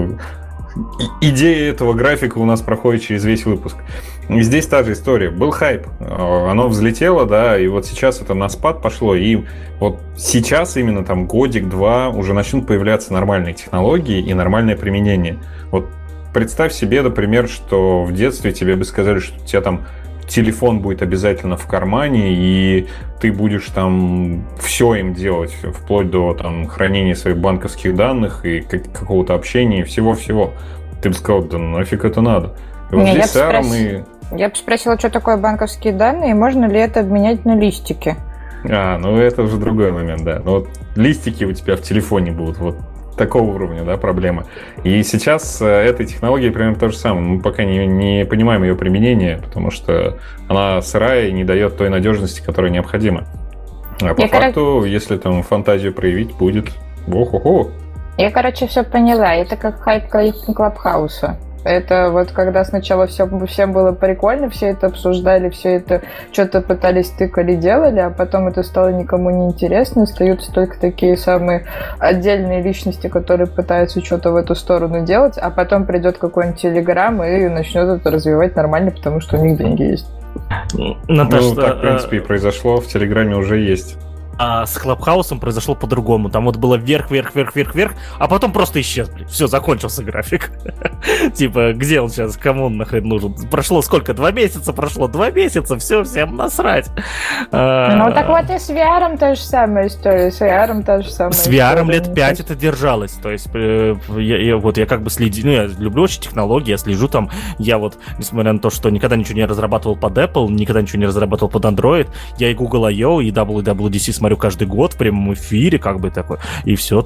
Идея этого графика у нас проходит через весь выпуск. И здесь та же история. Был хайп, оно взлетело, да, и вот сейчас это на спад пошло, и вот сейчас именно там годик-два уже начнут появляться нормальные технологии и нормальное применение. Вот представь себе, например, что в детстве тебе бы сказали, что у тебя там телефон будет обязательно в кармане, и ты будешь там все им делать, вплоть до там хранения своих банковских данных и какого-то общения, и всего-всего. Ты бы сказал, да нафиг это надо. И вот здесь с AR Я бы спросила, что такое банковские данные, и можно ли это обменять на листики? Ну это уже другой момент, да. Но вот листики у тебя в телефоне будут, вот такого уровня, да, проблема. И сейчас с этой технологией примерно то же самое. Мы пока не понимаем ее применение, потому что она сырая и не дает той надежности, которая необходима. А по факту, если там фантазию проявить, будет ох-охо. Я, все поняла. Это как хайп Клабхауса. Это вот когда сначала всем было прикольно, все это обсуждали, все это что-то пытались, тыкали, делали, а потом это стало никому не интересно, остаются только такие самые отдельные личности, которые пытаются что-то в эту сторону делать, а потом придет какой-нибудь Телеграм и начнет это развивать нормально, потому что у них деньги есть. Наташа, так, в принципе, и произошло, в Телеграме уже есть. А с Клабхаусом произошло по-другому. Там вот было вверх, а потом просто исчез, блин. Все, закончился график. Типа, где он сейчас, кому он нахрен нужен? Прошло сколько? 2 месяца прошло, 2 месяца, все, всем насрать. Ну так вот и с VR та же самая история, с VR та же самая история. С VR лет 5 это держалось. То есть, я как бы следил, я люблю очень технологии, я слежу там, я вот, несмотря на то, что никогда ничего не разрабатывал под Apple, никогда ничего не разрабатывал под Android, я и Google I.O., и WWDC смотрю каждый год в прямом эфире, как бы такой, и все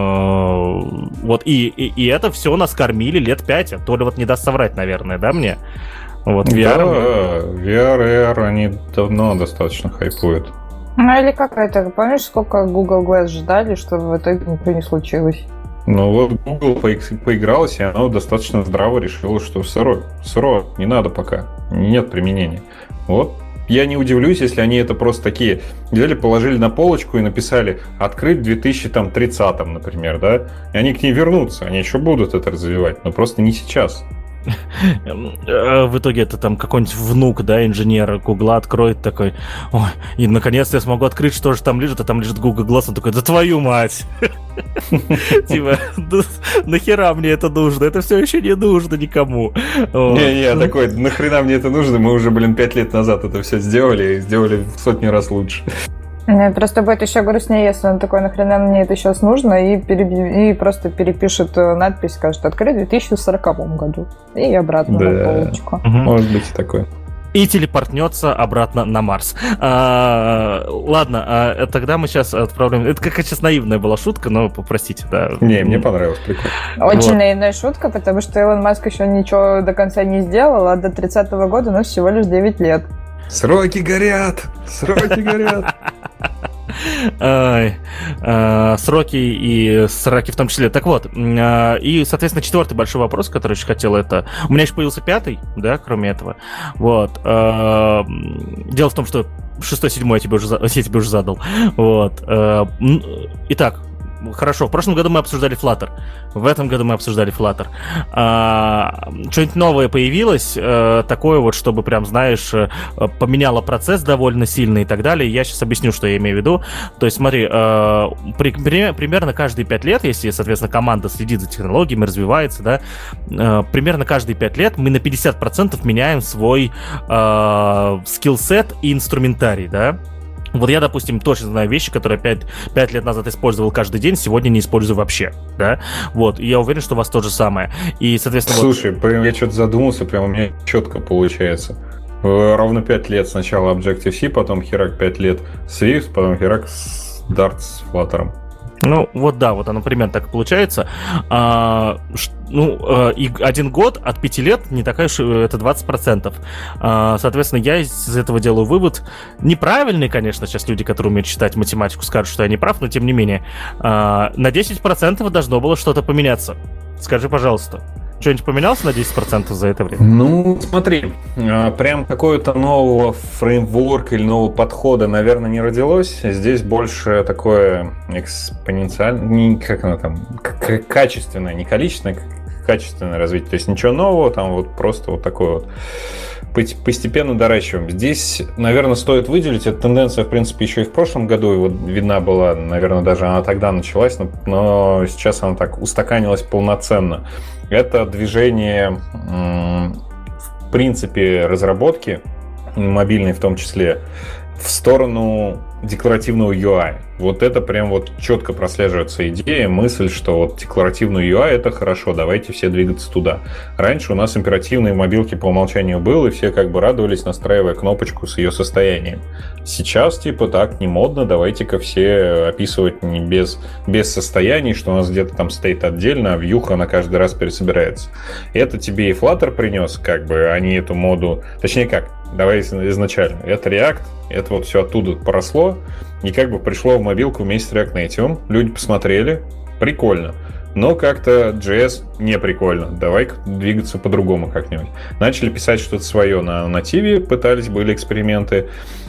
там, вот, и это все нас кормили лет 5, Толя вот не даст соврать, наверное, да, мне? Вот, VR. Да, VR, AR, они давно достаточно хайпуют. Ну, или какая-то, помнишь, сколько Google Glass ждали, что в итоге ничего не случилось? Ну, вот Google поигралась, и она достаточно здраво решила, что сырое, не надо пока, нет применения. Вот. Я не удивлюсь, если они это просто такие взяли, положили на полочку и написали «открыть в 2030», например, да? И они к ней вернутся, они еще будут это развивать, но просто не сейчас. В итоге это там какой-нибудь внук, да, инженера Гугла откроет такой: ой, и наконец-то я смогу открыть, что же там лежит, а там лежит Google Glass, он такой: да твою мать! Типа, нахера мне это нужно? Это все еще не нужно никому. Не, такой, нахрена мне это нужно? Мы уже, 5 лет назад это все сделали, и сделали в сотни раз лучше. Просто будет еще грустнее, если он такой: нахрена мне это сейчас нужно, и просто перепишет надпись, скажет «открыть в 2040 году». И обратно на полочку. Может быть и такое. И телепортнется обратно на Марс. Ладно, тогда мы сейчас отправляем... Это какая сейчас наивная была шутка, но простите, да. Не, мне понравилось, прикольно. Очень наивная шутка, потому что Илон Маск еще ничего до конца не сделал, а до 30-го года у нас всего лишь 9 лет. Сроки горят! Сроки горят! Сроки и сраки в том числе. Так вот, и, соответственно, 4-й большой вопрос, который еще хотел, это... У меня еще появился 5-й, да, кроме этого. Вот. Дело в том, что 6-й, 7-й я тебе уже задал. Вот. Итак, хорошо, в прошлом году мы обсуждали Flutter. В этом году мы обсуждали Flutter. Что-нибудь новое появилось, такое вот, чтобы прям, знаешь, поменяло процесс довольно сильно и так далее. Я сейчас объясню, что я имею в виду. То есть, смотри, примерно каждые 5 лет, если, соответственно, команда следит за технологиями, развивается, да, примерно каждые 5 лет мы на 50% меняем свой скиллсет и инструментарий, да. Вот я, допустим, точно знаю вещи, которые 5 лет назад использовал каждый день, сегодня не использую вообще, да? Вот, и я уверен, что у вас то же самое. И, соответственно... Слушай, я что-то задумался, прям у меня четко получается. Ровно 5 лет сначала Objective-C, потом херак 5 лет Swift, потом херак Dart с Flutter. Ну, вот да, вот оно примерно так и получается. И 1 год от 5 лет не такая уж, это 20%. Соответственно, я из этого делаю вывод. Неправильный, конечно, сейчас люди, которые умеют читать математику, скажут, что я не прав, но тем не менее. На 10% должно было что-то поменяться. Скажи, пожалуйста. Что-нибудь поменялось на 10% за это время? Ну, смотри, прям какого-то нового фреймворка или нового подхода, наверное, не родилось. Здесь больше такое экспоненциальное, как оно там, качественное, не количественное, качественное развитие. То есть ничего нового, там вот просто вот такое вот. Постепенно доращиваем. Здесь, наверное, стоит выделить, эта тенденция, в принципе, еще и в прошлом году вот видна была, наверное, даже она тогда началась, но сейчас она так устаканилась полноценно. Это движение, в принципе, разработки, мобильной в том числе, в сторону декларативного UI. Вот это прям вот четко прослеживается идея, мысль, что вот декларативный UI — это хорошо, давайте все двигаться туда. Раньше у нас императивные мобилки по умолчанию был, и все как бы радовались, настраивая кнопочку с ее состоянием. Сейчас типа так не модно, давайте-ка все описывать не без состояний, что у нас где-то там стоит отдельно, а вьюха она каждый раз пересобирается. Это тебе и Flutter принес, как бы, а не эту моду. Точнее как, давай изначально. Это React, это вот все оттуда поросло, и как бы пришло в мобилку вместе с React Native. Люди посмотрели, прикольно. Но как-то JS не прикольно. Давай-ка двигаться по-другому как-нибудь. Начали писать что-то свое на нативе, пытались, были эксперименты.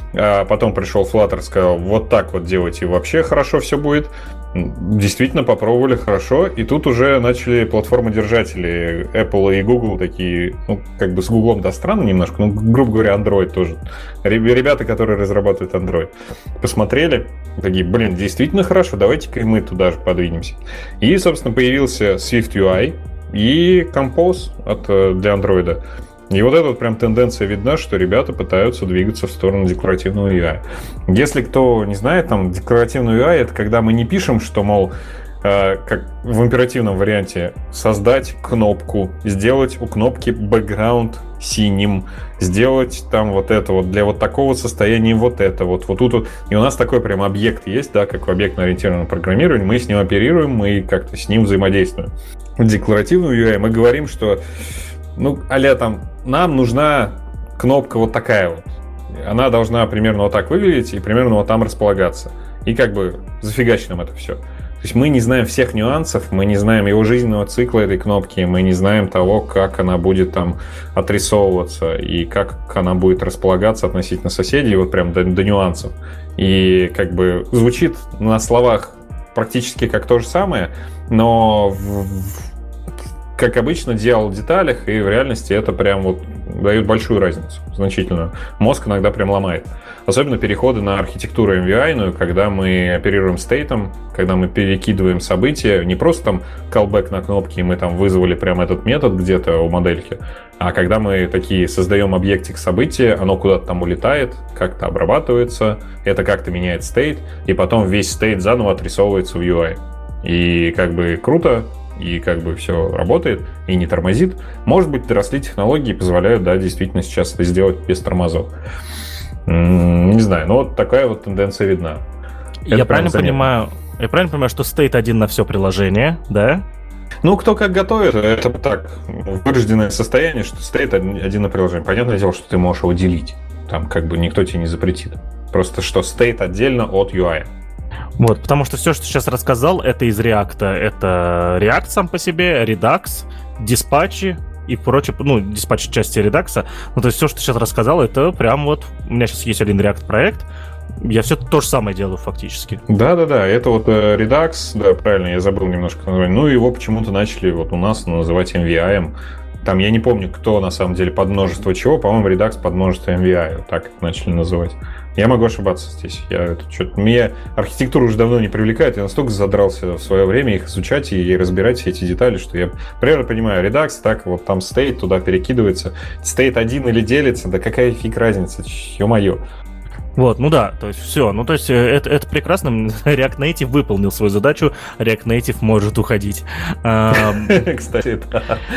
А потом пришел Flutter, сказал, вот так вот делайте, вообще хорошо все будет. Действительно попробовали хорошо, и тут уже начали платформодержатели Apple и Google такие, ну, как бы с Google да странно немножко, ну, грубо говоря, Android тоже. Ребята, которые разрабатывают Android, посмотрели, такие, блин, действительно хорошо, давайте-ка и мы туда же подвинемся. И, собственно, появился Swift UI и Compose для Android. И вот эта вот прям тенденция видна, что ребята пытаются двигаться в сторону декларативного UI. Если кто не знает, там декларативный UI — это когда мы не пишем, что, мол, как в императивном варианте, создать кнопку, сделать у кнопки бэкграунд синим, сделать там вот это вот для вот такого состояния вот это вот тут вот. И у нас такой прям объект есть, да, как в объектно-ориентированном программировании, мы с ним оперируем, мы как-то с ним взаимодействуем. В декларативном UI мы говорим, что ну, а-ля там, нам нужна кнопка вот такая вот. Она должна примерно вот так выглядеть и примерно вот там располагаться. И как бы зафигачить нам это все. То есть мы не знаем всех нюансов, мы не знаем его жизненного цикла этой кнопки, мы не знаем того, как она будет там отрисовываться и как она будет располагаться относительно соседей, вот прям до нюансов. И как бы звучит на словах практически как то же самое, но как обычно, делал в деталях, и в реальности это прям вот дает большую разницу, значительную. Мозг иногда прям ломает. Особенно переходы на архитектуру MVI, когда мы оперируем стейтом, когда мы перекидываем события, не просто там callback на кнопки, и мы там вызвали прям этот метод где-то у модельки, а когда мы такие создаем объектик события, оно куда-то там улетает, как-то обрабатывается, это как-то меняет стейт, и потом весь стейт заново отрисовывается в UI. И как бы круто, и как бы все работает, и не тормозит. Может быть, доросли технологии позволяют, да, действительно сейчас это сделать без тормозов. Не знаю, но вот такая вот тенденция видна. Я правильно понимаю, что стейт один на все приложение, да? Ну, кто как готовит, это так, вырожденное состояние, что стейт один на приложение. Понятное дело, что ты можешь его делить. Там как бы никто тебе не запретит. Просто что стейт отдельно от UI. Вот, потому что все, что сейчас рассказал, это из React. Это React сам по себе, Redux, диспатчи и прочее, ну, диспатчи части Redux. Ну, то есть все, что сейчас рассказал, это прям вот... У меня сейчас есть один React-проект, я все то же самое делаю фактически. Да-да-да, это вот Redux, да, правильно, я забыл немножко название. Ну, его почему-то начали вот у нас называть MVI. Там я не помню, кто на самом деле под множество чего, по-моему, Redux под множество MVI, вот так это начали называть. Я могу ошибаться здесь. Меня архитектура уже давно не привлекает. Я настолько задрался в свое время их изучать и разбирать все эти детали, что я примерно понимаю, Redux, так вот там стейт туда перекидывается. Стейт один или делится, да какая фиг разница, ё-моё. Вот, ну да, то есть все, ну то есть это прекрасно, React Native выполнил свою задачу, React Native может уходить. Кстати, да.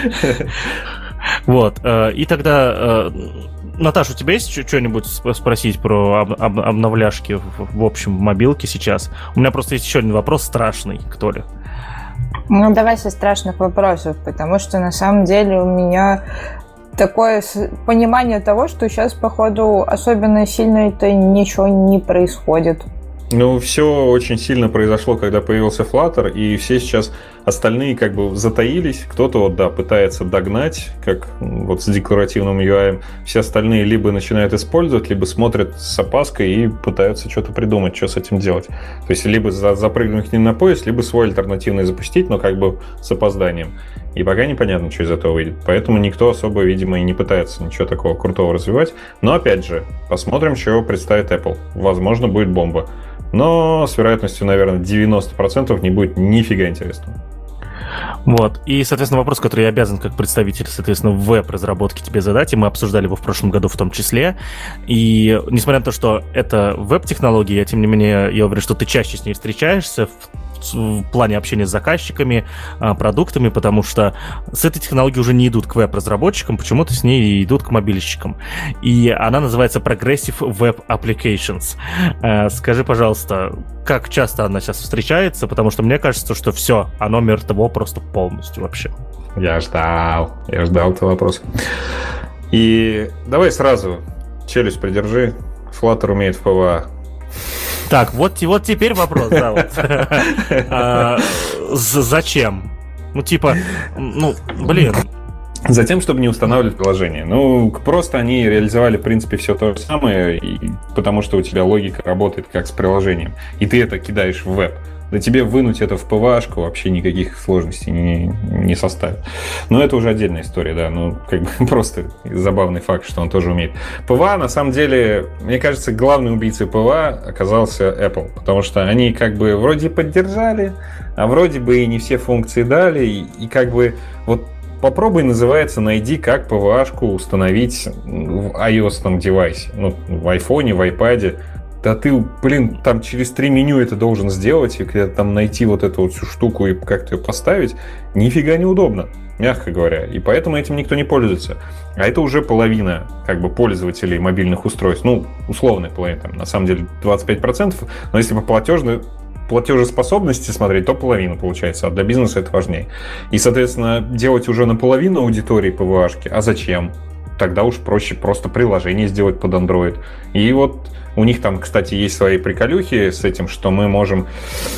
Вот, и тогда... Наташа, у тебя есть что-нибудь спросить про обновляшки в общем мобилке сейчас? У меня просто есть еще один вопрос страшный, кто ли? Ну, давай со страшных вопросов, потому что на самом деле у меня такое понимание того, что сейчас, походу, особенно сильно это ничего не происходит. Ну, все очень сильно произошло, когда появился Flutter, и все сейчас остальные как бы затаились. Кто-то вот, да, пытается догнать, как вот с декларативным UI. Все остальные либо начинают использовать, либо смотрят с опаской и пытаются что-то придумать, что с этим делать. То есть либо запрыгнуть к ним на пояс, либо свой альтернативный запустить, но как бы с опозданием. И пока непонятно, что из этого выйдет. Поэтому никто особо, видимо, и не пытается ничего такого крутого развивать. Но опять же, посмотрим, что представит Apple. Возможно, будет бомба. Но с вероятностью, наверное, 90% не будет нифига интересного. Вот. И, соответственно, вопрос, который я обязан как представитель, соответственно, веб-разработки тебе задать, и мы обсуждали его в прошлом году в том числе. И несмотря на то, что это веб-технология, тем не менее, я уверен, что ты чаще с ней встречаешься в плане общения с заказчиками, продуктами, потому что с этой технологией уже не идут к веб-разработчикам, почему-то с ней идут к мобильщикам. И она называется Progressive Web Applications. Скажи, пожалуйста, как часто она сейчас встречается? Потому что мне кажется, что все, оно мертво просто полностью вообще. Я ждал этого вопроса. И давай сразу челюсть придержи. Flutter умеет в PWA. Так, вот теперь вопрос, да, вот. Зачем? Блин. Затем, чтобы не устанавливать приложение. Просто они реализовали, в принципе, все то же самое, потому что у тебя логика работает как с приложением, и ты это кидаешь в веб. Да тебе вынуть это в PWA-шку вообще никаких сложностей не составит. Но это уже отдельная история, да. Просто забавный факт, что он тоже умеет. PWA, на самом деле, мне кажется, главной убийцей PWA оказался Apple, потому что они как бы вроде поддержали, а вроде бы и не все функции дали, и как бы вот попробуй, называется, найди, как PWA-шку установить в iOS-ном девайсе, в iPhone, в iPad. Да ты, там через 3 меню это должен сделать, и когда там найти вот эту вот всю штуку и как-то ее поставить, нифига неудобно, мягко говоря. И поэтому этим никто не пользуется. А это уже половина как бы пользователей мобильных устройств. Условная половина, там, на самом деле 25%, но если по платежеспособности смотреть, то половина получается, а для бизнеса это важнее. И, соответственно, делать уже наполовину аудитории PWA-шки, а зачем? Тогда уж проще просто приложение сделать под Android. И вот у них там, кстати, есть свои приколюхи с этим, что мы можем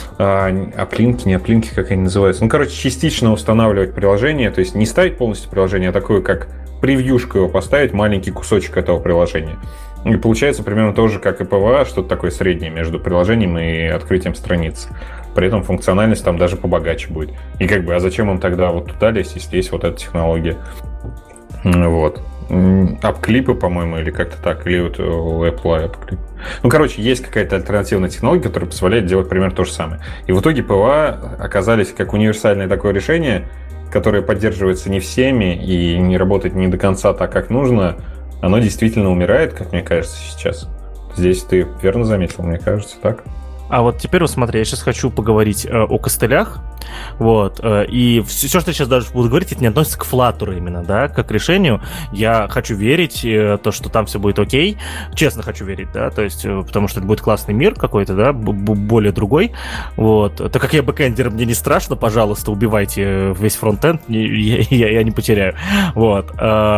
аплинки, как они называются. Частично устанавливать приложение, то есть не ставить полностью приложение, а такое, как превьюшку его поставить, маленький кусочек этого приложения. И получается примерно то же, как и PWA, что-то такое среднее между приложением и открытием страницы. При этом функциональность там даже побогаче будет. И а зачем им тогда вот туда лезть, если есть вот эта технология? Вот. Апклипы, по-моему, или как-то так, или вот у Apple апклип. Есть какая-то альтернативная технология, которая позволяет делать примерно то же самое. И в итоге PWA оказались как универсальное такое решение, которое поддерживается не всеми и не работает не до конца так, как нужно. Оно действительно умирает, как мне кажется, сейчас. Здесь ты верно заметил, мне кажется, так? А вот теперь вот смотри, я сейчас хочу поговорить о костылях, вот, и все, что я сейчас даже буду говорить, это не относится к Flutter именно, да, как к решению. Я хочу верить, то, что там все будет окей, честно хочу верить, да, то есть, потому что это будет классный мир какой-то, да, более другой, вот. Так как я бэкэндер, мне не страшно, пожалуйста, убивайте весь фронтенд, я не потеряю, вот.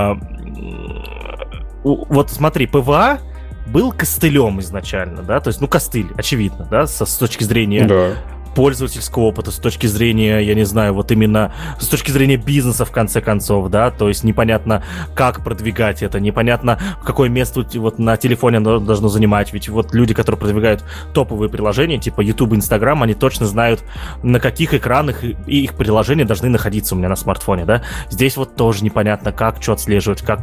Вот смотри, PWA был костылем изначально, да, то есть, костыль, очевидно, да, с точки зрения пользовательского опыта, с точки зрения, я не знаю, вот именно с точки зрения бизнеса, в конце концов, да, то есть непонятно, как продвигать это, непонятно, какое место вот на телефоне оно должно занимать, ведь вот люди, которые продвигают топовые приложения, типа YouTube, Instagram, они точно знают, на каких экранах их приложения должны находиться у меня на смартфоне, да, здесь вот тоже непонятно, как что отслеживать, как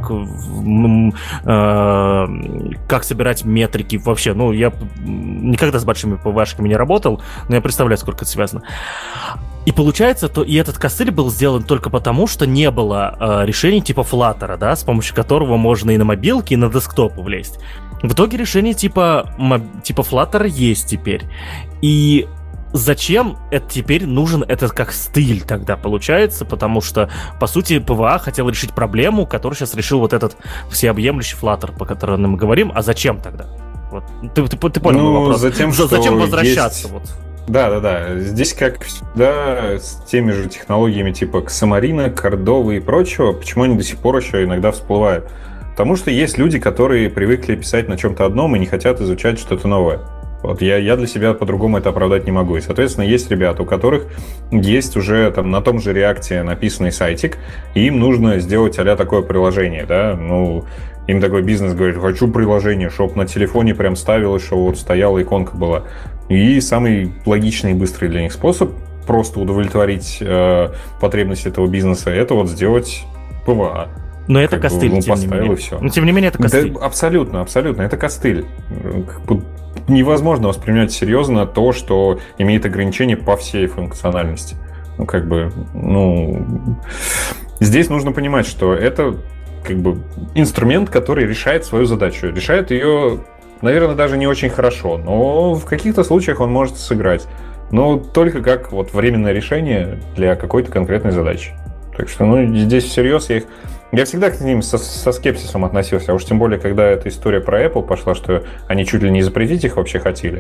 собирать метрики, вообще, я никогда с большими PWA-шками не работал, но я представляю, сколько это связано. И получается, и этот костыль был сделан только потому, что не было решений типа Flutter, да, с помощью которого можно и на мобилке, и на десктопы влезть. В итоге решение типа Flutter есть теперь. И зачем это теперь нужен этот как стиль тогда получается? Потому что, по сути, PWA хотел решить проблему, которую сейчас решил вот этот всеобъемлющий Flutter, по которому мы говорим. А зачем тогда? Вот. Ты понял мой вопрос? Зачем возвращаться? Есть... Вот. Да. Здесь, как всегда, с теми же технологиями типа Xamarin, Cordova и прочего, почему они до сих пор еще иногда всплывают? Потому что есть люди, которые привыкли писать на чем-то одном и не хотят изучать что-то новое. Вот я для себя по-другому это оправдать не могу. И, соответственно, есть ребята, у которых есть уже там на том же React написанный сайтик, и им нужно сделать а-ля такое приложение, да, ну, им такой бизнес говорит, хочу приложение, чтобы на телефоне прям ставилось, чтобы вот стояла иконка была. И самый логичный и быстрый для них способ просто удовлетворить потребности этого бизнеса, это вот сделать ПВА. Но это костыль, ну, тем не менее. И все. Но тем не менее, это костыль. Да, абсолютно, это костыль. Невозможно воспринимать серьезно то, что имеет ограничения по всей функциональности. Здесь нужно понимать, что это инструмент, который решает свою задачу. Решает ее, наверное, даже не очень хорошо, но в каких-то случаях он может сыграть. Но только как вот временное решение для какой-то конкретной задачи. Так что, здесь всерьез я всегда к ним со скепсисом относился, а уж тем более, когда эта история про Apple пошла, что они чуть ли не запретить их вообще хотели,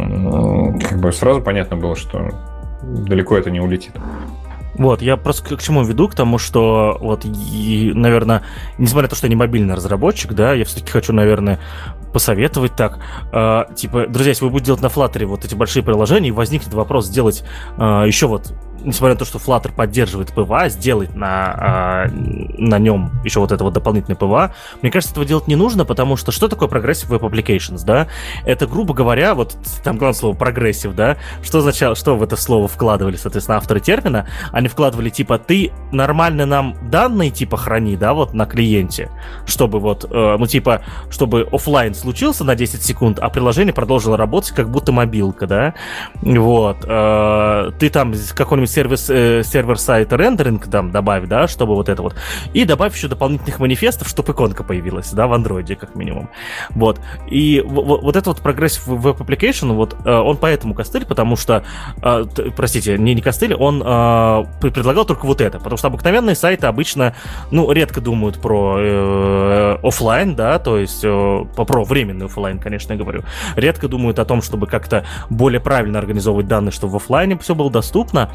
сразу понятно было, что далеко это не улетит. Вот, я просто к чему веду? К тому, что вот, наверное, несмотря на то, что я не мобильный разработчик, да, я все-таки хочу, наверное, посоветовать так. Друзья, если вы будете делать на Flutter вот эти большие приложения, и возникнет вопрос сделать еще вот, несмотря на то, что Flutter поддерживает PWA, сделать на нем еще вот это вот дополнительное PWA, мне кажется, этого делать не нужно, потому что такое Progressive Web Applications, да? Это, грубо говоря, вот там главное слово Progressive, да? Что означало, что в это слово вкладывали, соответственно, авторы термина? Они вкладывали, типа, ты нормально нам данные, типа, храни, да, вот на клиенте, чтобы вот, чтобы офлайн случился на 10 секунд, а приложение продолжило работать, как будто мобилка, да? Вот. Ты там какой-нибудь сервер-сайт рендеринг там добавь, да, чтобы вот это вот. И добавь еще дополнительных манифестов, чтобы иконка появилась, да, в андроиде, как минимум. Вот. И вот это вот Progressive Web Application, вот, он поэтому костыль, потому что, простите, не костыль, он предлагал только вот это, потому что обыкновенные сайты обычно, редко думают про офлайн, да, то есть про временный офлайн, конечно, я говорю. Редко думают о том, чтобы как-то более правильно организовывать данные, чтобы в офлайне все было доступно.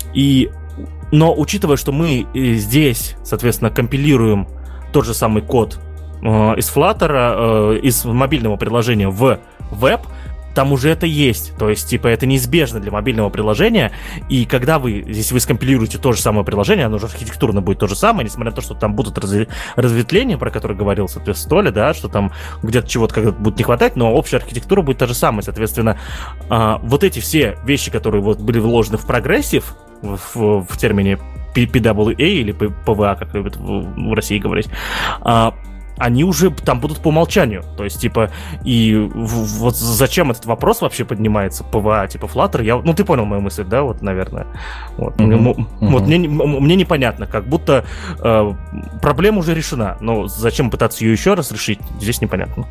Но учитывая, что мы здесь, соответственно, компилируем тот же самый код из Flutter, из мобильного приложения в веб, там уже это есть, то есть, это неизбежно для мобильного приложения, и когда вы скомпилируете то же самое приложение, оно уже архитектурно будет то же самое, несмотря на то, что там будут разветвления, про которые говорил, соответственно, Толя, да, что там где-то чего-то когда-то будет не хватать, но общая архитектура будет та же самая, соответственно, вот эти все вещи, которые вот были вложены в Progressive, в термине PWA или PWA, как любят в России говорить, они уже там будут по умолчанию. То есть, и вот зачем этот вопрос вообще поднимается, ПВА, Flutter, ты понял мою мысль, да, вот, наверное. Вот, вот мне непонятно, как будто проблема уже решена, но зачем пытаться ее еще раз решить, здесь непонятно.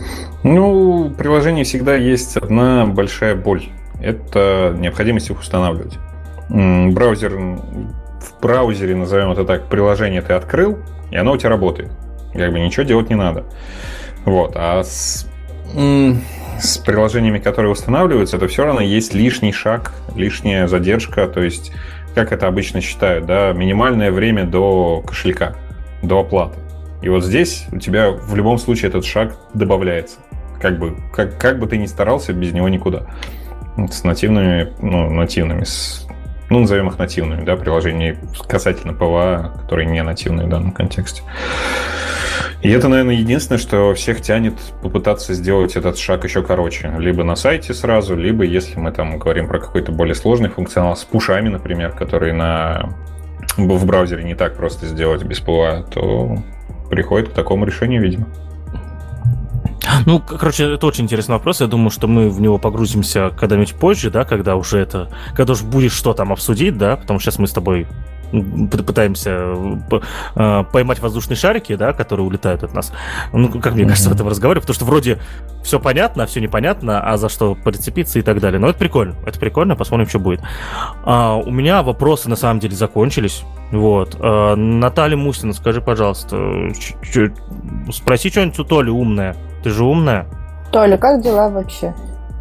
В приложении всегда есть одна большая боль. Это необходимость их устанавливать. В браузере, назовем это так, приложение ты открыл, и оно у тебя работает. Ничего делать не надо. Вот. А с приложениями, которые устанавливаются, это все равно есть лишний шаг, лишняя задержка. То есть, как это обычно считают, да, минимальное время до кошелька, до оплаты. И вот здесь у тебя в любом случае этот шаг добавляется. Как бы ты ни старался, без него никуда. С нативными, назовем их нативными, да, приложения касательно ПВА, которые не нативные в данном контексте. И это, наверное, единственное, что всех тянет попытаться сделать этот шаг еще короче. Либо на сайте сразу, либо, если мы там говорим про какой-то более сложный функционал, с пушами, например, который в браузере не так просто сделать без ПВА, то приходит к такому решению, видимо. Это очень интересный вопрос. Я думаю, что мы в него погрузимся когда-нибудь позже, да, когда уже будет что там обсудить, да, потому что сейчас мы с тобой пытаемся поймать воздушные шарики, да, которые улетают от нас. Как мне кажется, в этом разговоре, потому что вроде все понятно, все непонятно, а за что прицепиться и так далее. Но это прикольно, посмотрим, что будет. У меня вопросы на самом деле закончились. Вот. Наталья Мусина, скажи, пожалуйста, спроси что-нибудь у Толи умное. Ты же умная. Толя, как дела вообще?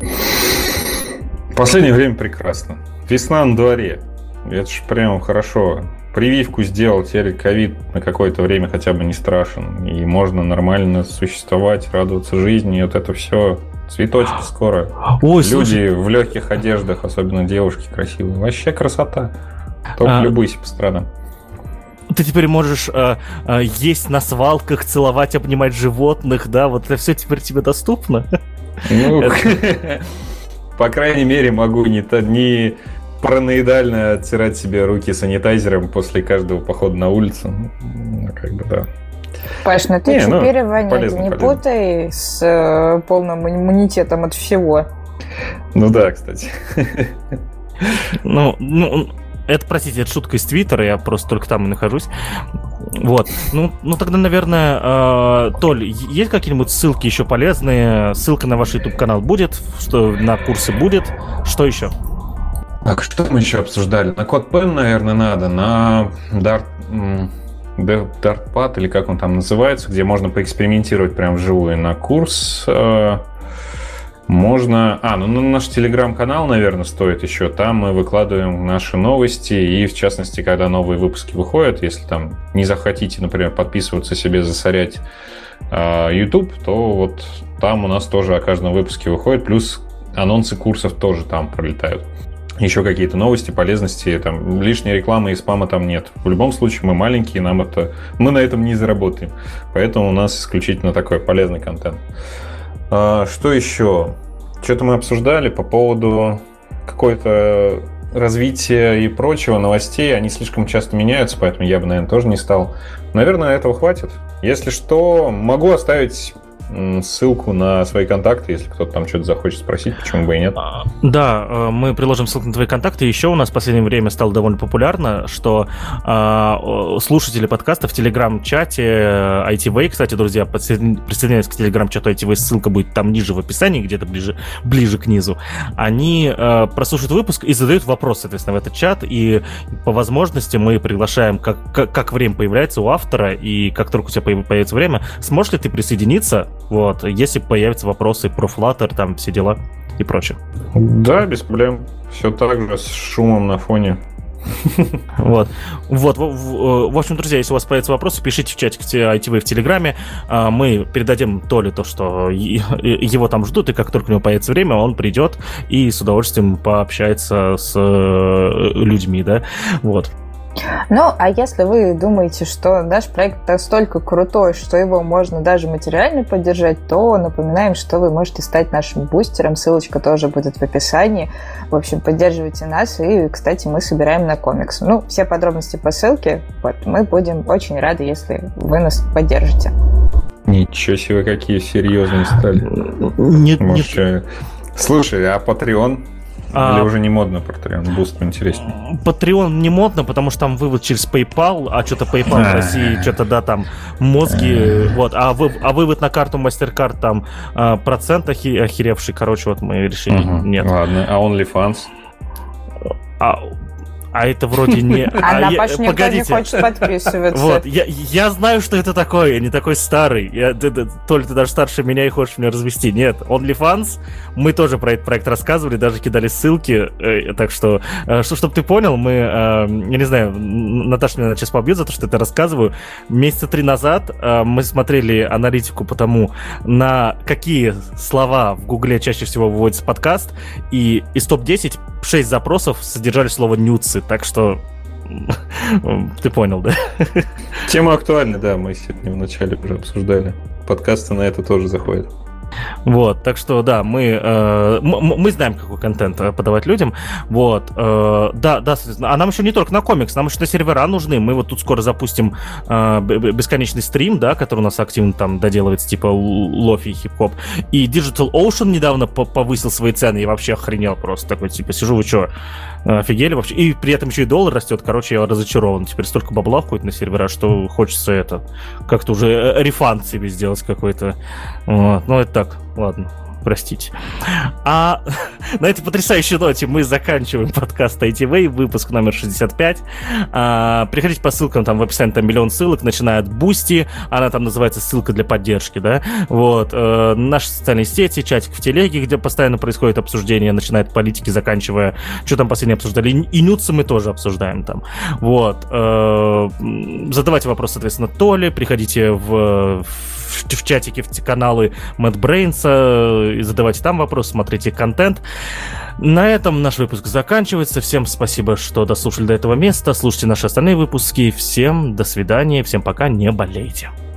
В последнее время прекрасно. Весна на дворе. Это ж прям хорошо. Прививку сделал, теперь ковид на какое-то время хотя бы не страшен. И можно нормально существовать, радоваться жизни. И вот это все Цветочки скоро. Ой, Люди слушай, в легких одеждах, особенно девушки красивые. Вообще красота. Только любуйся по сторонам. ты теперь можешь есть на свалках, целовать, обнимать животных, да? Вот это все теперь тебе доступно? Ну, по крайней мере, могу не параноидально оттирать себе руки санитайзером после каждого похода на улицу. Ну, как бы, да. Паш, ну ты чипирование полезно, не полезно. путай с полным иммунитетом от всего. Ну да, кстати. Ну, это, простите, это шутка из Твиттера, я просто только там и нахожусь. Вот. Ну тогда, наверное, Толь, есть какие-нибудь ссылки еще полезные? Ссылка на ваш YouTube-канал будет? Что на курсы будет? Что еще? Так, что мы еще обсуждали? На CodePen, наверное, надо. На DartPad, или как он там называется, где можно поэкспериментировать прям вживую на курс. Можно... на наш телеграм-канал, наверное, стоит еще. Там мы выкладываем наши новости. И, в частности, когда новые выпуски выходят, если там не захотите, например, подписываться себе, засорять YouTube, то вот там у нас тоже о каждом выпуске выходит. Плюс анонсы курсов тоже там пролетают. Еще какие-то новости, полезности. Там лишней рекламы и спама там нет. В любом случае, мы маленькие, мы на этом не заработаем. Поэтому у нас исключительно такой полезный контент. Что еще? Что-то мы обсуждали по поводу какой-то развития и прочего новостей. Они слишком часто меняются, поэтому я бы, наверное, тоже не стал. Наверное, этого хватит. Если что, могу оставить ссылку на свои контакты, если кто-то там что-то захочет спросить, почему бы и нет. Да, мы приложим ссылку на твои контакты. Еще у нас в последнее время стало довольно популярно, что слушатели подкаста в телеграм-чате ITV, кстати, друзья, присоединяйтесь к телеграм-чату ITV, ссылка будет там ниже в описании, где-то ближе к низу. Они прослушают выпуск и задают вопрос, соответственно, в этот чат, и по возможности мы приглашаем, как время появляется у автора, и как только у тебя появится время, сможешь ли ты присоединиться, вот, если появятся вопросы про Flutter, там все дела и прочее. Да, без проблем. Все так же, с шумом на фоне. Вот. В общем, друзья, если у вас появятся вопросы, пишите в чатик ITV в Телеграме. Мы передадим Толе то, что его там ждут, и как только у него появится время, он придет и с удовольствием пообщается с людьми, да, вот. Ну, а если вы думаете, что наш проект настолько крутой, что его можно даже материально поддержать, то напоминаем, что вы можете стать нашим бустером. Ссылочка тоже будет в описании. В общем, поддерживайте нас. И, кстати, мы собираем на комикс. Ну, все подробности по ссылке. Вот, мы будем очень рады, если вы нас поддержите. Ничего себе, какие серьезные стали. Нет. Слушай, а Patreon? Или уже не модно Patreon? Буст интереснее. Patreon не модно, потому что там вывод через PayPal, а что-то PayPal в России, что-то, да, там мозги, вот, а вывод на карту MasterCard там процент охеревший, короче, вот мы решили, нет. Ладно, а OnlyFans? А это вроде не... А на Пашу никто не хочет подписываться. Вот, я знаю, что это такое, я не такой старый. Толь, ты даже старше меня и хочешь меня развести. Нет, OnlyFans, мы тоже про этот проект рассказывали, даже кидали ссылки, так что, чтобы ты понял, мы, я не знаю, Наташа меня сейчас побьет за то, что это рассказываю. Месяца 3 назад мы смотрели аналитику по тому, на какие слова в Гугле чаще всего выводится подкаст, и из топ-10 6 запросов содержали слово «нюцы», так что ты понял, да? Тема актуальна, да, мы сегодня вначале уже обсуждали. Подкасты на это тоже заходят. Вот, так что, да, мы знаем, какой контент подавать людям, вот, да, соответственно, а нам еще не только на комикс, нам еще на сервера нужны, мы вот тут скоро запустим бесконечный стрим, да, который у нас активно там доделывается, типа лофи, хип-хоп, и Digital Ocean недавно повысил свои цены, я вообще охренел просто, такой, типа, сижу, вы что, офигели вообще, и при этом еще и доллар растет, короче, я разочарован, теперь столько бабла входит на сервера, что хочется это, как-то уже рефанд себе сделать какой-то, вот, ну, это так, ладно, простите. А на этой потрясающей ноте мы заканчиваем подкаст ITV, выпуск номер 65. Приходите по ссылкам, там в описании там миллион ссылок, начиная от Boosty, она там называется ссылка для поддержки, да, вот, наши социальные сети, чатик в телеге, где постоянно происходит обсуждение, начиная от политики, заканчивая, что там последнее обсуждали, и нюцы мы тоже обсуждаем там, вот, задавайте вопросы, соответственно, Толе, приходите в в чатике, в каналы MadBrains, и задавайте там вопросы, смотрите контент. На этом наш выпуск заканчивается. Всем спасибо, что дослушали до этого места. Слушайте наши остальные выпуски. Всем до свидания, всем пока, не болейте.